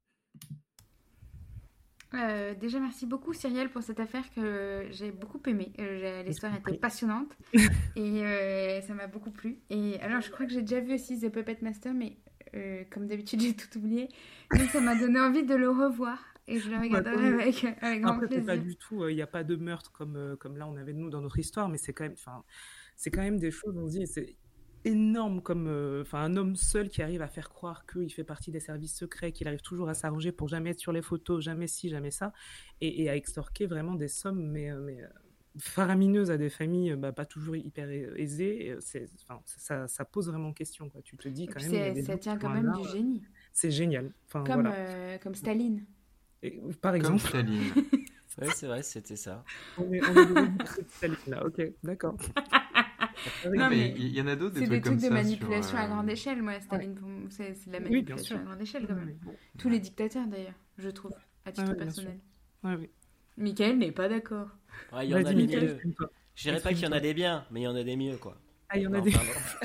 Speaker 4: Euh, déjà, merci beaucoup Cyrielle pour cette affaire que j'ai beaucoup aimée. Euh, l'histoire était passionnante et euh, ça m'a beaucoup plu. Et alors, je crois que j'ai déjà vu aussi The Puppet Master, mais euh, comme d'habitude, j'ai tout oublié. Donc, ça m'a donné envie de le revoir. Et je le regarderai ouais, avec, avec grand
Speaker 1: Après,
Speaker 4: plaisir.
Speaker 1: Pas du tout, il euh, n'y a pas de meurtre comme, euh, comme là on avait de nous dans notre histoire, mais c'est quand même, c'est quand même des choses, on se dit, c'est énorme comme euh, un homme seul qui arrive à faire croire qu'il fait partie des services secrets, qu'il arrive toujours à s'arranger pour jamais être sur les photos, jamais ci, jamais ça, et, et à extorquer vraiment des sommes mais, mais, euh, faramineuses à des familles bah, pas toujours hyper aisées. C'est, ça, ça pose vraiment question, quoi. Tu te dis quand même...
Speaker 4: C'est, ça tient quand même là, du génie.
Speaker 1: C'est génial.
Speaker 4: Comme,
Speaker 1: voilà.
Speaker 4: euh, comme Staline.
Speaker 1: Et, par exemple.
Speaker 2: Comme Staline.
Speaker 3: Oui, c'est vrai, c'était ça.
Speaker 1: On est, on est de Staline, là, ok, d'accord.
Speaker 2: Non, mais il y en a d'autres, des
Speaker 4: c'est
Speaker 2: trucs
Speaker 4: des trucs
Speaker 2: comme
Speaker 4: de
Speaker 2: ça
Speaker 4: manipulation
Speaker 2: sur,
Speaker 4: à grande échelle, moi, Staline,
Speaker 1: ouais.
Speaker 4: c'est, c'est de la manipulation
Speaker 1: oui,
Speaker 4: à grande échelle, quand même.
Speaker 1: Oui, oui.
Speaker 4: Tous les dictateurs, d'ailleurs, je trouve, à titre
Speaker 1: ouais,
Speaker 4: personnel.
Speaker 1: Ouais, oui.
Speaker 4: Michael n'est pas d'accord.
Speaker 3: Ouais, il y en a des mieux. Je dirais pas qu'il y en a des biens, mais il y en a des mieux, quoi.
Speaker 1: Ah, il y en a
Speaker 3: non,
Speaker 1: des...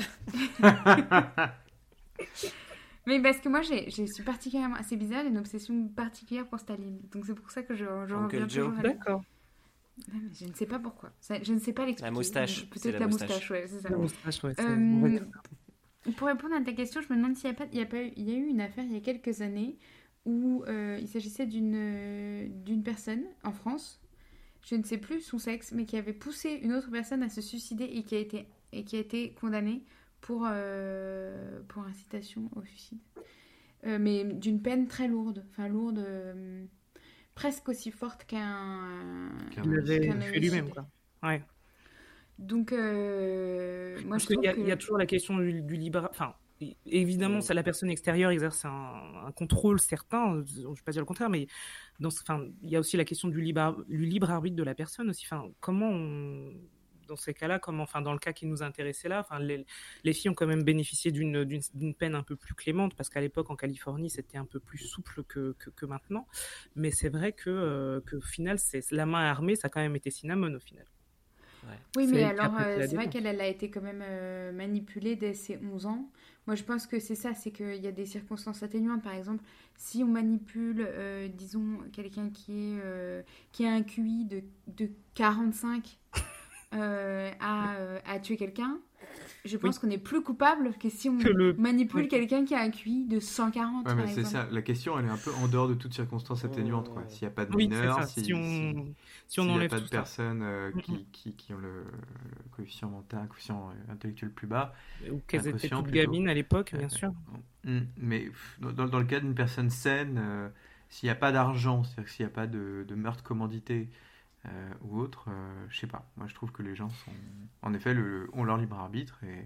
Speaker 4: Mais parce que moi, j'ai, j'ai suis particulièrement... C'est bizarre, j'ai une obsession particulière pour Staline. Donc c'est pour ça que je, je reviens toujours à la...
Speaker 1: D'accord.
Speaker 4: Ouais, mais je ne sais pas pourquoi. Ça, je ne sais pas l'expliquer.
Speaker 3: La moustache.
Speaker 4: Peut-être
Speaker 3: c'est la,
Speaker 4: la
Speaker 3: moustache.
Speaker 4: moustache, ouais, c'est ça.
Speaker 1: La moustache, ouais. C'est...
Speaker 4: Euh, pour répondre à ta question, je me demande s'il y a pas, il y a pas, il y a eu une affaire il y a quelques années où euh, il s'agissait d'une, euh, d'une personne en France, je ne sais plus son sexe, mais qui avait poussé une autre personne à se suicider et qui a été, et qui a été condamnée pour, euh, pour incitation au suicide. Euh, mais d'une peine très lourde, enfin lourde, euh, presque aussi forte qu'un...
Speaker 1: Il l'avait
Speaker 4: qu'un
Speaker 1: fait lui-même, quoi. Ouais.
Speaker 4: Donc, euh, moi,
Speaker 1: Parce
Speaker 4: je
Speaker 1: qu'il
Speaker 4: trouve
Speaker 1: y, a-
Speaker 4: que...
Speaker 1: il y a toujours la question du, du libre... Enfin, é- évidemment, ça, la personne extérieure exerce un, un contrôle certain, je ne vais pas dire le contraire, mais dans, ce- enfin, il y a aussi la question du libre, du libre arbitre de la personne aussi. Enfin, comment on... Dans ces cas-là, comment, enfin, dans le cas qui nous intéressait là, enfin, les, les filles ont quand même bénéficié d'une, d'une, d'une peine un peu plus clémente, parce qu'à l'époque, en Californie, c'était un peu plus souple que, que, que maintenant. Mais c'est vrai que, euh, que au final, c'est, la main armée, ça a quand même été Cinnamon, au final.
Speaker 3: Ouais.
Speaker 4: Oui,
Speaker 1: C'est
Speaker 4: mais
Speaker 1: elle qui a
Speaker 4: alors,
Speaker 1: prêté
Speaker 4: euh,
Speaker 1: la
Speaker 4: c'est vrai
Speaker 1: défense.
Speaker 4: qu'elle elle a été quand même euh, manipulée dès ses onze ans. Moi, je pense que c'est ça, c'est qu'il y a des circonstances atténuantes. Par exemple, si on manipule, euh, disons, quelqu'un qui, est, euh, qui a un Q I de, de quarante-cinq euh, à, euh, à tuer quelqu'un, je pense
Speaker 1: Oui.
Speaker 4: qu'on est plus coupable que si on
Speaker 1: Que le-
Speaker 4: manipule
Speaker 1: oui.
Speaker 4: quelqu'un qui a un Q I de cent quarante,
Speaker 2: Ouais, mais
Speaker 4: par
Speaker 2: c'est
Speaker 4: exemple.
Speaker 2: ça. La question, elle est un peu en dehors de toute circonstance atténuante, quoi. S'il n'y a pas de
Speaker 1: Oui, c'est
Speaker 2: mineurs,
Speaker 1: ça.
Speaker 2: si,
Speaker 1: Si on,
Speaker 2: si-
Speaker 1: si on
Speaker 2: s'il n'y a
Speaker 1: enlève
Speaker 2: pas de
Speaker 1: tout ça.
Speaker 2: personnes euh,
Speaker 1: Mm,
Speaker 2: qui, qui, qui ont le, le coefficient mental, un coefficient euh, intellectuel plus bas,
Speaker 1: Ou qu'elles étaient
Speaker 2: inconscient
Speaker 1: toutes
Speaker 2: plutôt.
Speaker 1: gamines à l'époque, bien
Speaker 2: Euh,
Speaker 1: sûr.
Speaker 2: Mm, Mais pff, dans, dans le cas d'une personne saine, euh, s'il n'y a pas d'argent, c'est-à-dire que s'il n'y a pas de, de meurtre commandité euh, ou autre, euh, je sais pas. Moi, je trouve que les gens sont, en effet, le, ont leur libre arbitre et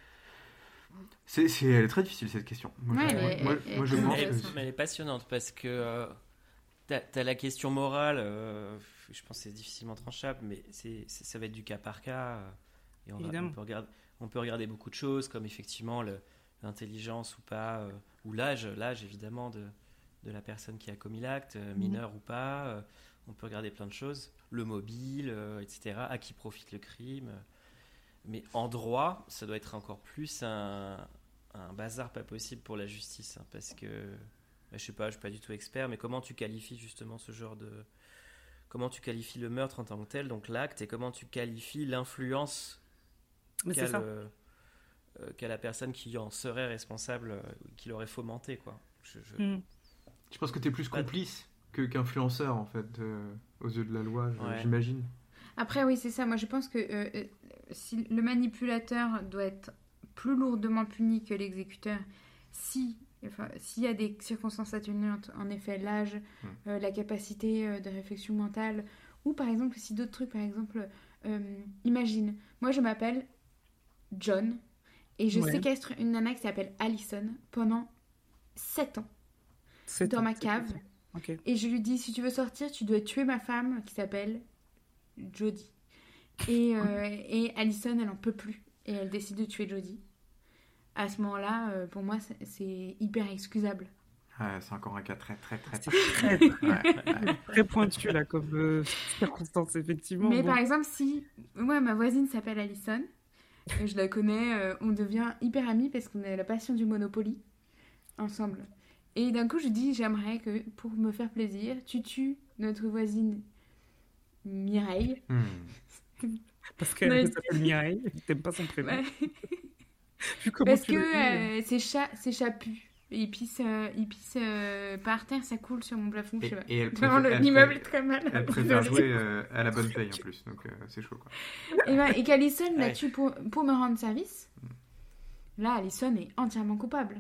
Speaker 2: c'est, c'est elle est très difficile cette question. Moi,
Speaker 4: Ouais,
Speaker 2: je,
Speaker 4: elle
Speaker 2: moi,
Speaker 4: est-
Speaker 2: moi-
Speaker 4: elle est
Speaker 2: moi, je
Speaker 4: très
Speaker 2: pense
Speaker 3: Mais elle,
Speaker 2: que
Speaker 4: intéressante.
Speaker 3: mais elle est passionnante parce que euh, t'as, t'as la question morale, euh, je pense que c'est difficilement tranchable, mais c'est, c'est- ça va être du cas par cas. euh, et on, va-
Speaker 1: Évidemment.
Speaker 3: on peut regarder, on peut regarder beaucoup de choses, comme effectivement le- l'intelligence ou pas, euh, ou l'âge, l'âge évidemment de, de la personne qui a commis l'acte, euh, mineur ou pas. euh, on peut regarder plein de choses, le mobile, euh, et cetera. À qui profite le crime. euh. Mais en droit, ça doit être encore plus un, un bazar pas possible pour la justice, hein, parce que bah, je sais pas, je suis pas du tout expert, mais comment tu qualifies justement ce genre de, comment tu qualifies le meurtre en tant que tel, donc l'acte, et comment tu qualifies l'influence
Speaker 1: Mais
Speaker 3: qu'a,
Speaker 1: c'est ça.
Speaker 3: le- euh, qu'a la personne qui en serait responsable, euh, qui l'aurait fomenté, quoi. Je, je-
Speaker 1: Mm.
Speaker 2: je pense que tu es plus
Speaker 3: Pas-
Speaker 2: complice que, qu'influenceur, en fait, euh, aux yeux de la loi, je-
Speaker 3: Ouais.
Speaker 2: j'imagine.
Speaker 4: Après, oui, c'est ça. Moi, je pense que euh, euh, si le manipulateur doit être plus lourdement puni que l'exécuteur, si, enfin, s'il y a des circonstances atténuantes, en effet, l'âge,
Speaker 2: Mm.
Speaker 4: euh, la capacité euh, de réflexion mentale, ou par exemple, si d'autres trucs, par exemple, euh, imagine, moi, je m'appelle John, et je
Speaker 1: Ouais.
Speaker 4: séquestre une nana qui s'appelle Allison pendant sept ans
Speaker 1: C'est
Speaker 4: dans
Speaker 1: tout.
Speaker 4: ma cave,
Speaker 1: Ok.
Speaker 4: et je lui dis, si tu veux sortir, tu dois tuer ma femme qui s'appelle Jodie. Et, euh, et Allison, elle en peut plus. Et elle décide de tuer Jodie. À ce moment-là, euh, pour moi, c'est, c'est hyper excusable.
Speaker 2: Ouais, c'est encore un cas très, très, très
Speaker 1: C'est
Speaker 2: particulier.
Speaker 1: très,
Speaker 2: Ouais, ouais.
Speaker 1: très pointu là comme euh, circonstance, effectivement.
Speaker 4: Mais
Speaker 1: Bon.
Speaker 4: par exemple, si moi, ma voisine s'appelle Allison, et je la connais, euh, on devient hyper amis parce qu'on a la passion du Monopoly ensemble. Et d'un coup, je dis, j'aimerais que pour me faire plaisir, tu tues notre voisine Mireille.
Speaker 2: Hmm.
Speaker 1: Parce qu'elle
Speaker 4: Mais-
Speaker 1: s'appelle Mireille, et t'aimes pas son prénom.
Speaker 4: Ouais.
Speaker 1: Vu comment
Speaker 4: Parce
Speaker 1: tu
Speaker 4: que
Speaker 1: l'as dit,
Speaker 4: euh, ses chats, ses chats puent. Et ils pissent, euh, ils pissent euh, par terre, ça coule sur mon plafond, je
Speaker 2: Et,
Speaker 4: sais pas.
Speaker 2: et elle
Speaker 4: Vraiment,
Speaker 2: préfère,
Speaker 4: le-
Speaker 2: elle
Speaker 4: l'immeuble
Speaker 2: pré-
Speaker 4: est très mal.
Speaker 2: elle préfère
Speaker 4: Désolée.
Speaker 2: jouer euh, à la bonne paye en plus, donc euh, c'est chaud, quoi.
Speaker 4: Et, ben, et qu'Alison la
Speaker 3: Ouais.
Speaker 4: tue pour, pour me rendre service. Là, Alison est entièrement coupable.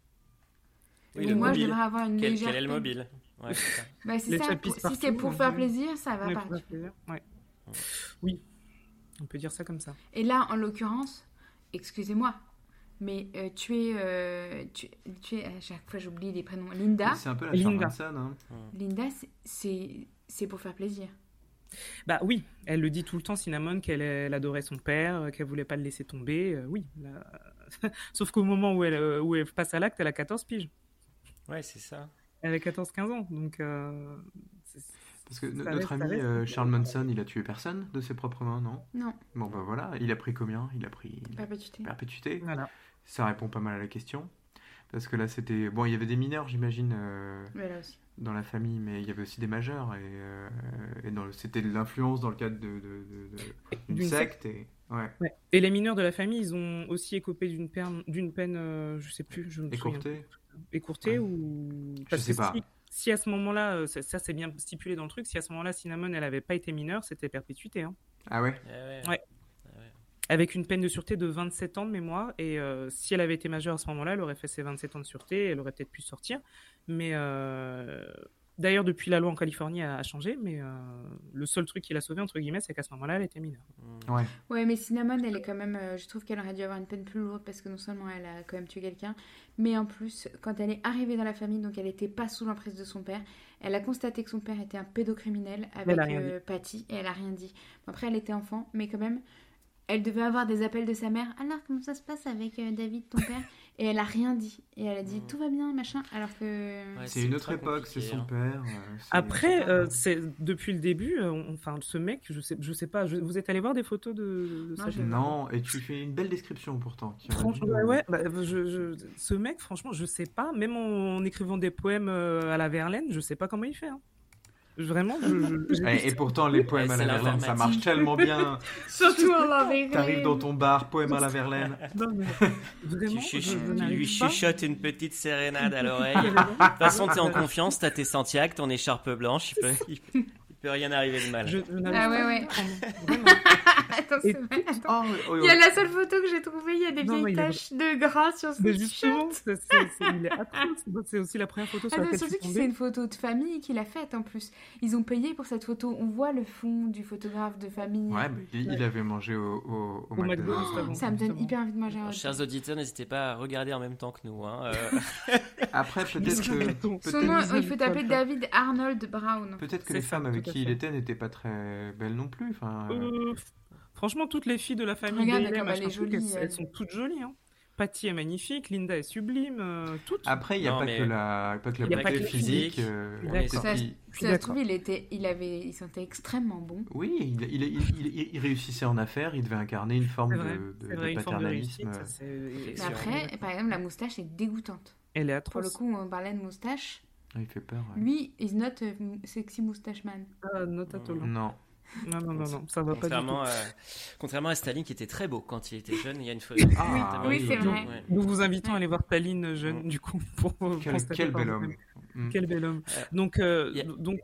Speaker 3: Oui,
Speaker 4: Et
Speaker 3: le
Speaker 4: moi, je
Speaker 3: mobile.
Speaker 4: devrais avoir une
Speaker 3: Quel,
Speaker 4: légère
Speaker 3: quel est le
Speaker 4: peine.
Speaker 3: mobile? Ouais, c'est ça.
Speaker 4: Bah, c'est
Speaker 1: Les
Speaker 4: ça.
Speaker 1: chats
Speaker 4: pour-
Speaker 1: pissent
Speaker 4: si c'est
Speaker 1: partout,
Speaker 4: pour
Speaker 1: donc,
Speaker 4: faire
Speaker 1: ouais.
Speaker 4: plaisir, ça va
Speaker 1: Ouais,
Speaker 4: pas.
Speaker 1: pour faire plaisir. Ouais. Oui, on peut dire ça comme ça.
Speaker 4: Et là, en l'occurrence, excusez-moi, mais euh, tu es, euh, tu, tu es, à chaque fois j'oublie les prénoms. Linda,
Speaker 2: C'est un peu la
Speaker 1: Linda.
Speaker 2: Charles Manson, hein.
Speaker 4: Linda, c'est- c'est c'est pour faire plaisir.
Speaker 1: Bah oui, elle le dit tout le temps, Cinnamon, qu'elle elle adorait son père, euh, qu'elle voulait pas le laisser tomber. euh, oui, là- sauf qu'au moment où elle, euh, où elle passe à l'acte, elle a quatorze piges.
Speaker 3: Ouais, c'est ça.
Speaker 1: Elle a quatorze quinze ans, donc... euh, c'est-
Speaker 2: Parce que no-
Speaker 1: ça
Speaker 2: notre
Speaker 1: reste- ça
Speaker 2: ami
Speaker 1: reste-
Speaker 2: euh, Charles Manson, il a tué personne de ses propres mains, non?
Speaker 4: Non,
Speaker 2: Bon, bah voilà, il a pris combien? Il a pris
Speaker 4: perpétuité.
Speaker 2: perpétuité.
Speaker 1: Voilà.
Speaker 2: Ça répond pas mal à la question. Parce que là, c'était... Bon, il y avait des mineurs, j'imagine, euh,
Speaker 4: Mais là aussi.
Speaker 2: dans la famille, mais il y avait aussi des majeurs. Et, euh, et dans le... c'était de l'influence dans le cadre de, de, de- de- d'une
Speaker 1: D'une
Speaker 2: secte. Et... Ouais.
Speaker 1: Ouais. Et les mineurs de la famille, ils ont aussi écopé d'une peine, d'une peine euh, je sais plus, je me souviens
Speaker 2: Écourté.
Speaker 1: plus. écourté
Speaker 2: Ouais.
Speaker 1: ou
Speaker 2: Je
Speaker 1: parce
Speaker 2: sais
Speaker 1: que
Speaker 2: pas.
Speaker 1: si, si à ce moment-là, euh, ça, ça, c'est bien stipulé dans le truc, si à ce moment-là Cinnamon elle avait pas été mineure, c'était perpétuité, hein.
Speaker 2: Ah ouais.
Speaker 3: Ouais, ouais.
Speaker 1: Ouais. Avec une peine de sûreté de vingt-sept ans de mémoire. Et euh, si elle avait été majeure à ce moment-là, elle aurait fait ses vingt-sept ans de sûreté, elle aurait peut-être pu sortir. Mais euh, d'ailleurs, depuis, la loi en Californie a, a changé, mais euh, le seul truc qui l'a sauvée, entre guillemets, c'est qu'à ce moment-là, elle était mineure.
Speaker 3: Mm.
Speaker 2: Ouais.
Speaker 4: Ouais, mais Cinnamon, elle est quand même. euh, je trouve qu'elle aurait dû avoir une peine plus lourde parce que non seulement elle a quand même tué quelqu'un, mais en plus, quand elle est arrivée dans la famille, donc elle n'était pas sous l'emprise de son père, elle a constaté que son père était un pédocriminel avec
Speaker 1: Elle a rien
Speaker 4: euh, Patty et elle a rien dit. Bon, après, elle était enfant, mais quand même, elle devait avoir des appels de sa mère. Alors, comment ça se passe avec euh, David, ton père? Et elle a rien dit. Et elle a dit
Speaker 3: Mm.
Speaker 4: tout va bien, machin. Alors que.
Speaker 3: Ouais,
Speaker 2: C'est une autre
Speaker 3: ultra
Speaker 2: époque, c'est
Speaker 3: compliqué,
Speaker 2: son
Speaker 3: hein.
Speaker 2: père. euh, c'est-
Speaker 1: Après, euh, c'est, depuis le début, euh, on- enfin, ce mec, je sais, je sais pas, je- vous êtes allé voir des photos de, de
Speaker 4: Non,
Speaker 1: cette-
Speaker 4: j'ai-
Speaker 2: Non, et tu fais une belle description pourtant. qui aurait
Speaker 1: Franchement,
Speaker 2: dû,
Speaker 1: ouais,
Speaker 2: euh,
Speaker 1: ouais, bah, je, je- ce mec, franchement, je sais pas, même en, en écrivant des poèmes euh, à la Verlaine, je sais pas comment il fait, hein. Vraiment, je... je- j'ai-
Speaker 2: Et, et pourtant, les poèmes
Speaker 3: Ouais,
Speaker 2: à
Speaker 3: c'est
Speaker 2: la Verlaine, ça marche
Speaker 3: l'informatique.
Speaker 2: tellement bien.
Speaker 4: Surtout en l'envers.
Speaker 2: T'arrives dans ton bar, poème à la Verlaine.
Speaker 1: Non, mais vraiment,
Speaker 3: Tu,
Speaker 1: je,
Speaker 3: chuch-
Speaker 1: je
Speaker 3: tu
Speaker 1: n'arrive
Speaker 3: lui
Speaker 1: pas.
Speaker 3: chuchotes une petite sérénade à l'oreille. De toute façon, t'es en confiance, t'as tes Santiago, ton écharpe blanche, il peut, il peut, il peut rien arriver de mal.
Speaker 1: Je, je n'arrive
Speaker 4: Ah
Speaker 1: pas.
Speaker 4: ouais, ouais.
Speaker 1: Vraiment.
Speaker 4: Attends,
Speaker 1: Et
Speaker 4: c'est vrai. Attends.
Speaker 2: Oh, oh,
Speaker 4: Il y a la seule photo que j'ai trouvée, il y a des
Speaker 1: Non,
Speaker 4: vieilles
Speaker 1: mais il est-
Speaker 4: taches de gras sur son
Speaker 1: Mais
Speaker 4: t-shirt.
Speaker 1: justement, c'est, c'est, c'est- il est atroce. C'est aussi la première photo sur
Speaker 4: Ah non,
Speaker 1: laquelle je
Speaker 4: surtout
Speaker 1: suis
Speaker 4: que c'est
Speaker 1: tombée.
Speaker 4: une photo de famille qu'il a faite en plus. Ils ont payé pour cette photo. On voit le fond du photographe de famille.
Speaker 2: Ouais, mais il, il avait mangé au, au, au
Speaker 1: Au McDo,
Speaker 2: McDonald's.
Speaker 1: juste avant.
Speaker 4: Ça me donne
Speaker 1: Justement.
Speaker 4: hyper envie de manger un
Speaker 3: Alors,
Speaker 4: hot
Speaker 3: chers
Speaker 4: dog.
Speaker 3: auditeurs, n'hésitez pas à regarder en même temps que nous. Hein. Euh,
Speaker 2: Après, peut-être
Speaker 1: Bisous,
Speaker 2: que,
Speaker 1: gâteau.
Speaker 4: Son
Speaker 2: peut-être,
Speaker 4: nom,
Speaker 1: Peut-être-
Speaker 4: il faut t'appeler David Arnold Brown.
Speaker 2: peut-être que
Speaker 1: C'est
Speaker 2: les
Speaker 1: ça,
Speaker 2: femmes avec
Speaker 1: tout à
Speaker 2: qui il
Speaker 1: fait.
Speaker 2: était n'étaient pas très belles non plus. Enfin, euh,
Speaker 1: Euh, franchement, toutes les filles de la famille
Speaker 4: Regarde
Speaker 1: Bailey,
Speaker 4: comme elle
Speaker 1: machin
Speaker 4: est
Speaker 1: truc,
Speaker 4: jolie,
Speaker 1: elles,
Speaker 4: elle.
Speaker 1: elles sont toutes jolies. Hein. Patty est magnifique, Linda est sublime, euh, toutes.
Speaker 2: Après, il n'y a
Speaker 3: Non,
Speaker 2: pas,
Speaker 3: mais-
Speaker 2: que la, pas que la
Speaker 1: Il y a pas
Speaker 2: beauté
Speaker 1: que le
Speaker 2: physique.
Speaker 3: physique.
Speaker 2: euh,
Speaker 1: D'accord.
Speaker 2: peut-être
Speaker 4: Ça,
Speaker 2: qu'il-
Speaker 1: Je suis
Speaker 4: ça se
Speaker 1: d'accord.
Speaker 4: trouve, il était, il avait, il sentait extrêmement bon.
Speaker 2: Oui, il, il, il, il- il réussissait en affaires, il devait incarner une forme
Speaker 1: C'est vrai,
Speaker 2: de, de-
Speaker 1: c'est vrai,
Speaker 2: de
Speaker 1: une forme de
Speaker 2: paternalisme.
Speaker 1: réussite. ça, c'est-
Speaker 4: Mais
Speaker 3: sûr.
Speaker 4: après, par exemple, la moustache est dégoûtante.
Speaker 1: Elle est
Speaker 4: Pour le
Speaker 1: atroce.
Speaker 4: coup, on parlait de moustache.
Speaker 2: Ah, il fait peur. ouais.
Speaker 4: Lui, is not a sexy moustache man.
Speaker 1: Ah, not at all.
Speaker 2: Non.
Speaker 1: Non, non, non, non, ça va pas du tout.
Speaker 3: contrairement, à, contrairement à Staline qui était très beau quand il était jeune, il y a une fois.
Speaker 2: Ah,
Speaker 4: oui,
Speaker 2: oui.
Speaker 4: c'est vrai.
Speaker 3: Ouais.
Speaker 1: Nous vous invitons à aller voir Taline jeune,
Speaker 3: Mm.
Speaker 1: du coup, pour
Speaker 2: Quel,
Speaker 1: constater
Speaker 2: quel
Speaker 1: par
Speaker 2: bel
Speaker 1: vous-même.
Speaker 2: homme. Mm.
Speaker 1: Quel bel homme.
Speaker 3: Euh,
Speaker 1: Donc, euh,
Speaker 3: y a-
Speaker 1: donc...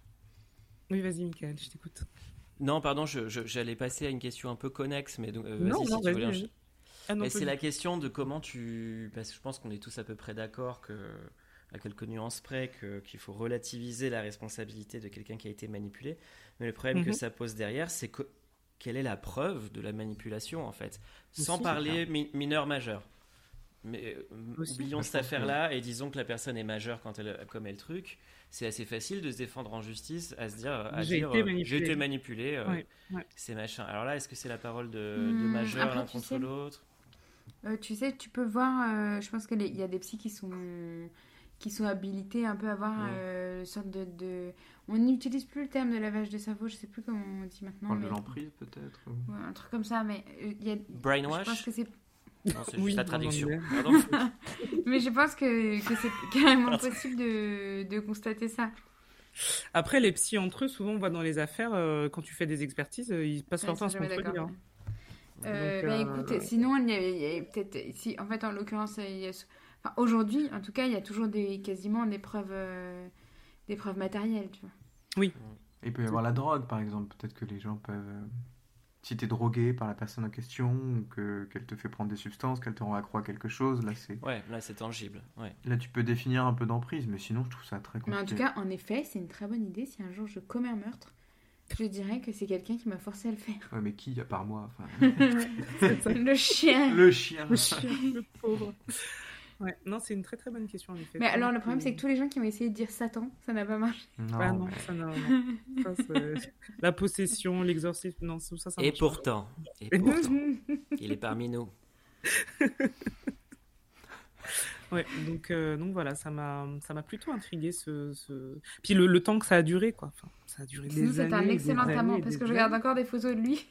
Speaker 1: Oui, vas-y, Michael, je t'écoute.
Speaker 3: Non, pardon, je- je- j'allais passer à une question un peu connexe, mais donc, euh,
Speaker 1: non,
Speaker 3: vas-y
Speaker 1: non,
Speaker 3: si tu
Speaker 1: vas-y,
Speaker 3: voulais
Speaker 1: vas-y.
Speaker 3: encha-
Speaker 1: Ah non,
Speaker 3: Mais
Speaker 1: pas
Speaker 3: c'est
Speaker 1: du
Speaker 3: la
Speaker 1: tout.
Speaker 3: question de comment tu. Parce que je pense qu'on est tous à peu près d'accord que, à quelques nuances près, que- qu'il faut relativiser la responsabilité de quelqu'un qui a été manipulé. Mais le problème que
Speaker 1: Mhm.
Speaker 3: ça pose derrière, c'est que quelle est la preuve de la manipulation en fait, sans
Speaker 1: Aussi,
Speaker 3: parler mi- mineur majeur. Mais euh,
Speaker 1: Aussi.
Speaker 3: oublions
Speaker 2: Bah, je
Speaker 3: cette
Speaker 2: pense que-
Speaker 3: affaire-là et disons que la personne est majeure quand elle commet le truc. C'est assez facile de se défendre en justice, à se dire, à
Speaker 1: J'ai
Speaker 3: dire,
Speaker 1: été
Speaker 3: euh,
Speaker 1: manipulé.
Speaker 3: j'ai été manipulé, euh,
Speaker 1: Ouais, ouais.
Speaker 3: c'est machin. Alors là, est-ce que c'est la parole de, de
Speaker 4: Hmm,
Speaker 3: majeur
Speaker 4: après,
Speaker 3: l'un
Speaker 4: tu
Speaker 3: contre
Speaker 4: sais-
Speaker 3: l'autre?
Speaker 4: Euh, tu sais, tu peux voir, euh, je pense qu'il y a des psys qui sont, qui sont habilités un peu à voir
Speaker 3: Ouais.
Speaker 4: euh, une sorte de, de... On n'utilise plus le terme de lavage de cerveau, je sais plus comment on dit maintenant.
Speaker 2: Parle de
Speaker 4: mais-
Speaker 2: l'emprise peut-être. ou-
Speaker 4: Ouais, un truc comme ça, mais euh, il y a...
Speaker 3: Brainwash?
Speaker 4: Je pense que c'est...
Speaker 3: Non, c'est
Speaker 1: Oui,
Speaker 3: juste la
Speaker 1: en
Speaker 3: traduction.
Speaker 1: anglais.
Speaker 3: Pardon.
Speaker 4: Mais je pense que, que c'est carrément possible de, de constater ça.
Speaker 1: Après, les psys entre eux, souvent, on voit dans les affaires, euh, quand tu fais des expertises, euh, ils passent
Speaker 4: Ouais,
Speaker 1: leur
Speaker 4: ils
Speaker 1: temps à
Speaker 4: sont
Speaker 1: se
Speaker 4: jamais
Speaker 1: contredire.
Speaker 4: d'accord.
Speaker 1: hein.
Speaker 4: Euh,
Speaker 1: Donc,
Speaker 4: bah,
Speaker 1: euh,
Speaker 4: écoute, sinon, il y avait, il y avait peut-être... Si, en fait, en l'occurrence, il y a... enfin, aujourd'hui, en tout cas, il y a toujours des, quasiment des preuves, euh, des preuves matérielles, tu vois.
Speaker 2: Et il peut y avoir la drogue par exemple. Peut-être que les gens peuvent. euh, Si t'es drogué par la personne en question, ou que, qu'elle te fait prendre des substances, qu'elle te rend accro à quelque chose, là, c'est...
Speaker 3: Ouais, là c'est tangible. Ouais.
Speaker 2: là tu peux définir un peu d'emprise, mais sinon je trouve ça très
Speaker 4: Mais
Speaker 2: compliqué.
Speaker 4: en tout cas, en effet, c'est une très bonne idée. Si un jour je commets un meurtre, je dirais que c'est quelqu'un qui m'a forcé à le faire.
Speaker 2: Ouais, mais qui à part moi enfin...
Speaker 4: Le chien.
Speaker 2: Le chien.
Speaker 1: Le chien, le pauvre. Ouais, non, c'est une très très bonne question en effet.
Speaker 4: Mais alors, le problème, c'est que tous les gens qui ont essayé de dire Satan, ça n'a pas marché.
Speaker 2: Non,
Speaker 1: Ah non,
Speaker 2: mais-
Speaker 1: ça non, non. Ça, c'est- la possession, l'exorcisme, non, tout ça, ça
Speaker 3: Et
Speaker 1: marche pas.
Speaker 3: pourtant, et pourtant, il est parmi nous.
Speaker 1: Ouais, donc, euh, donc voilà, ça m'a, ça m'a plutôt intrigué ce, ce... Puis le, le temps que ça a duré, quoi. Enfin, ça a duré
Speaker 4: Sinon,
Speaker 1: des
Speaker 4: c'est
Speaker 1: années.
Speaker 4: un
Speaker 1: des
Speaker 4: excellent
Speaker 1: années,
Speaker 4: amant
Speaker 1: des
Speaker 4: parce que je
Speaker 1: années.
Speaker 4: regarde encore des photos de lui.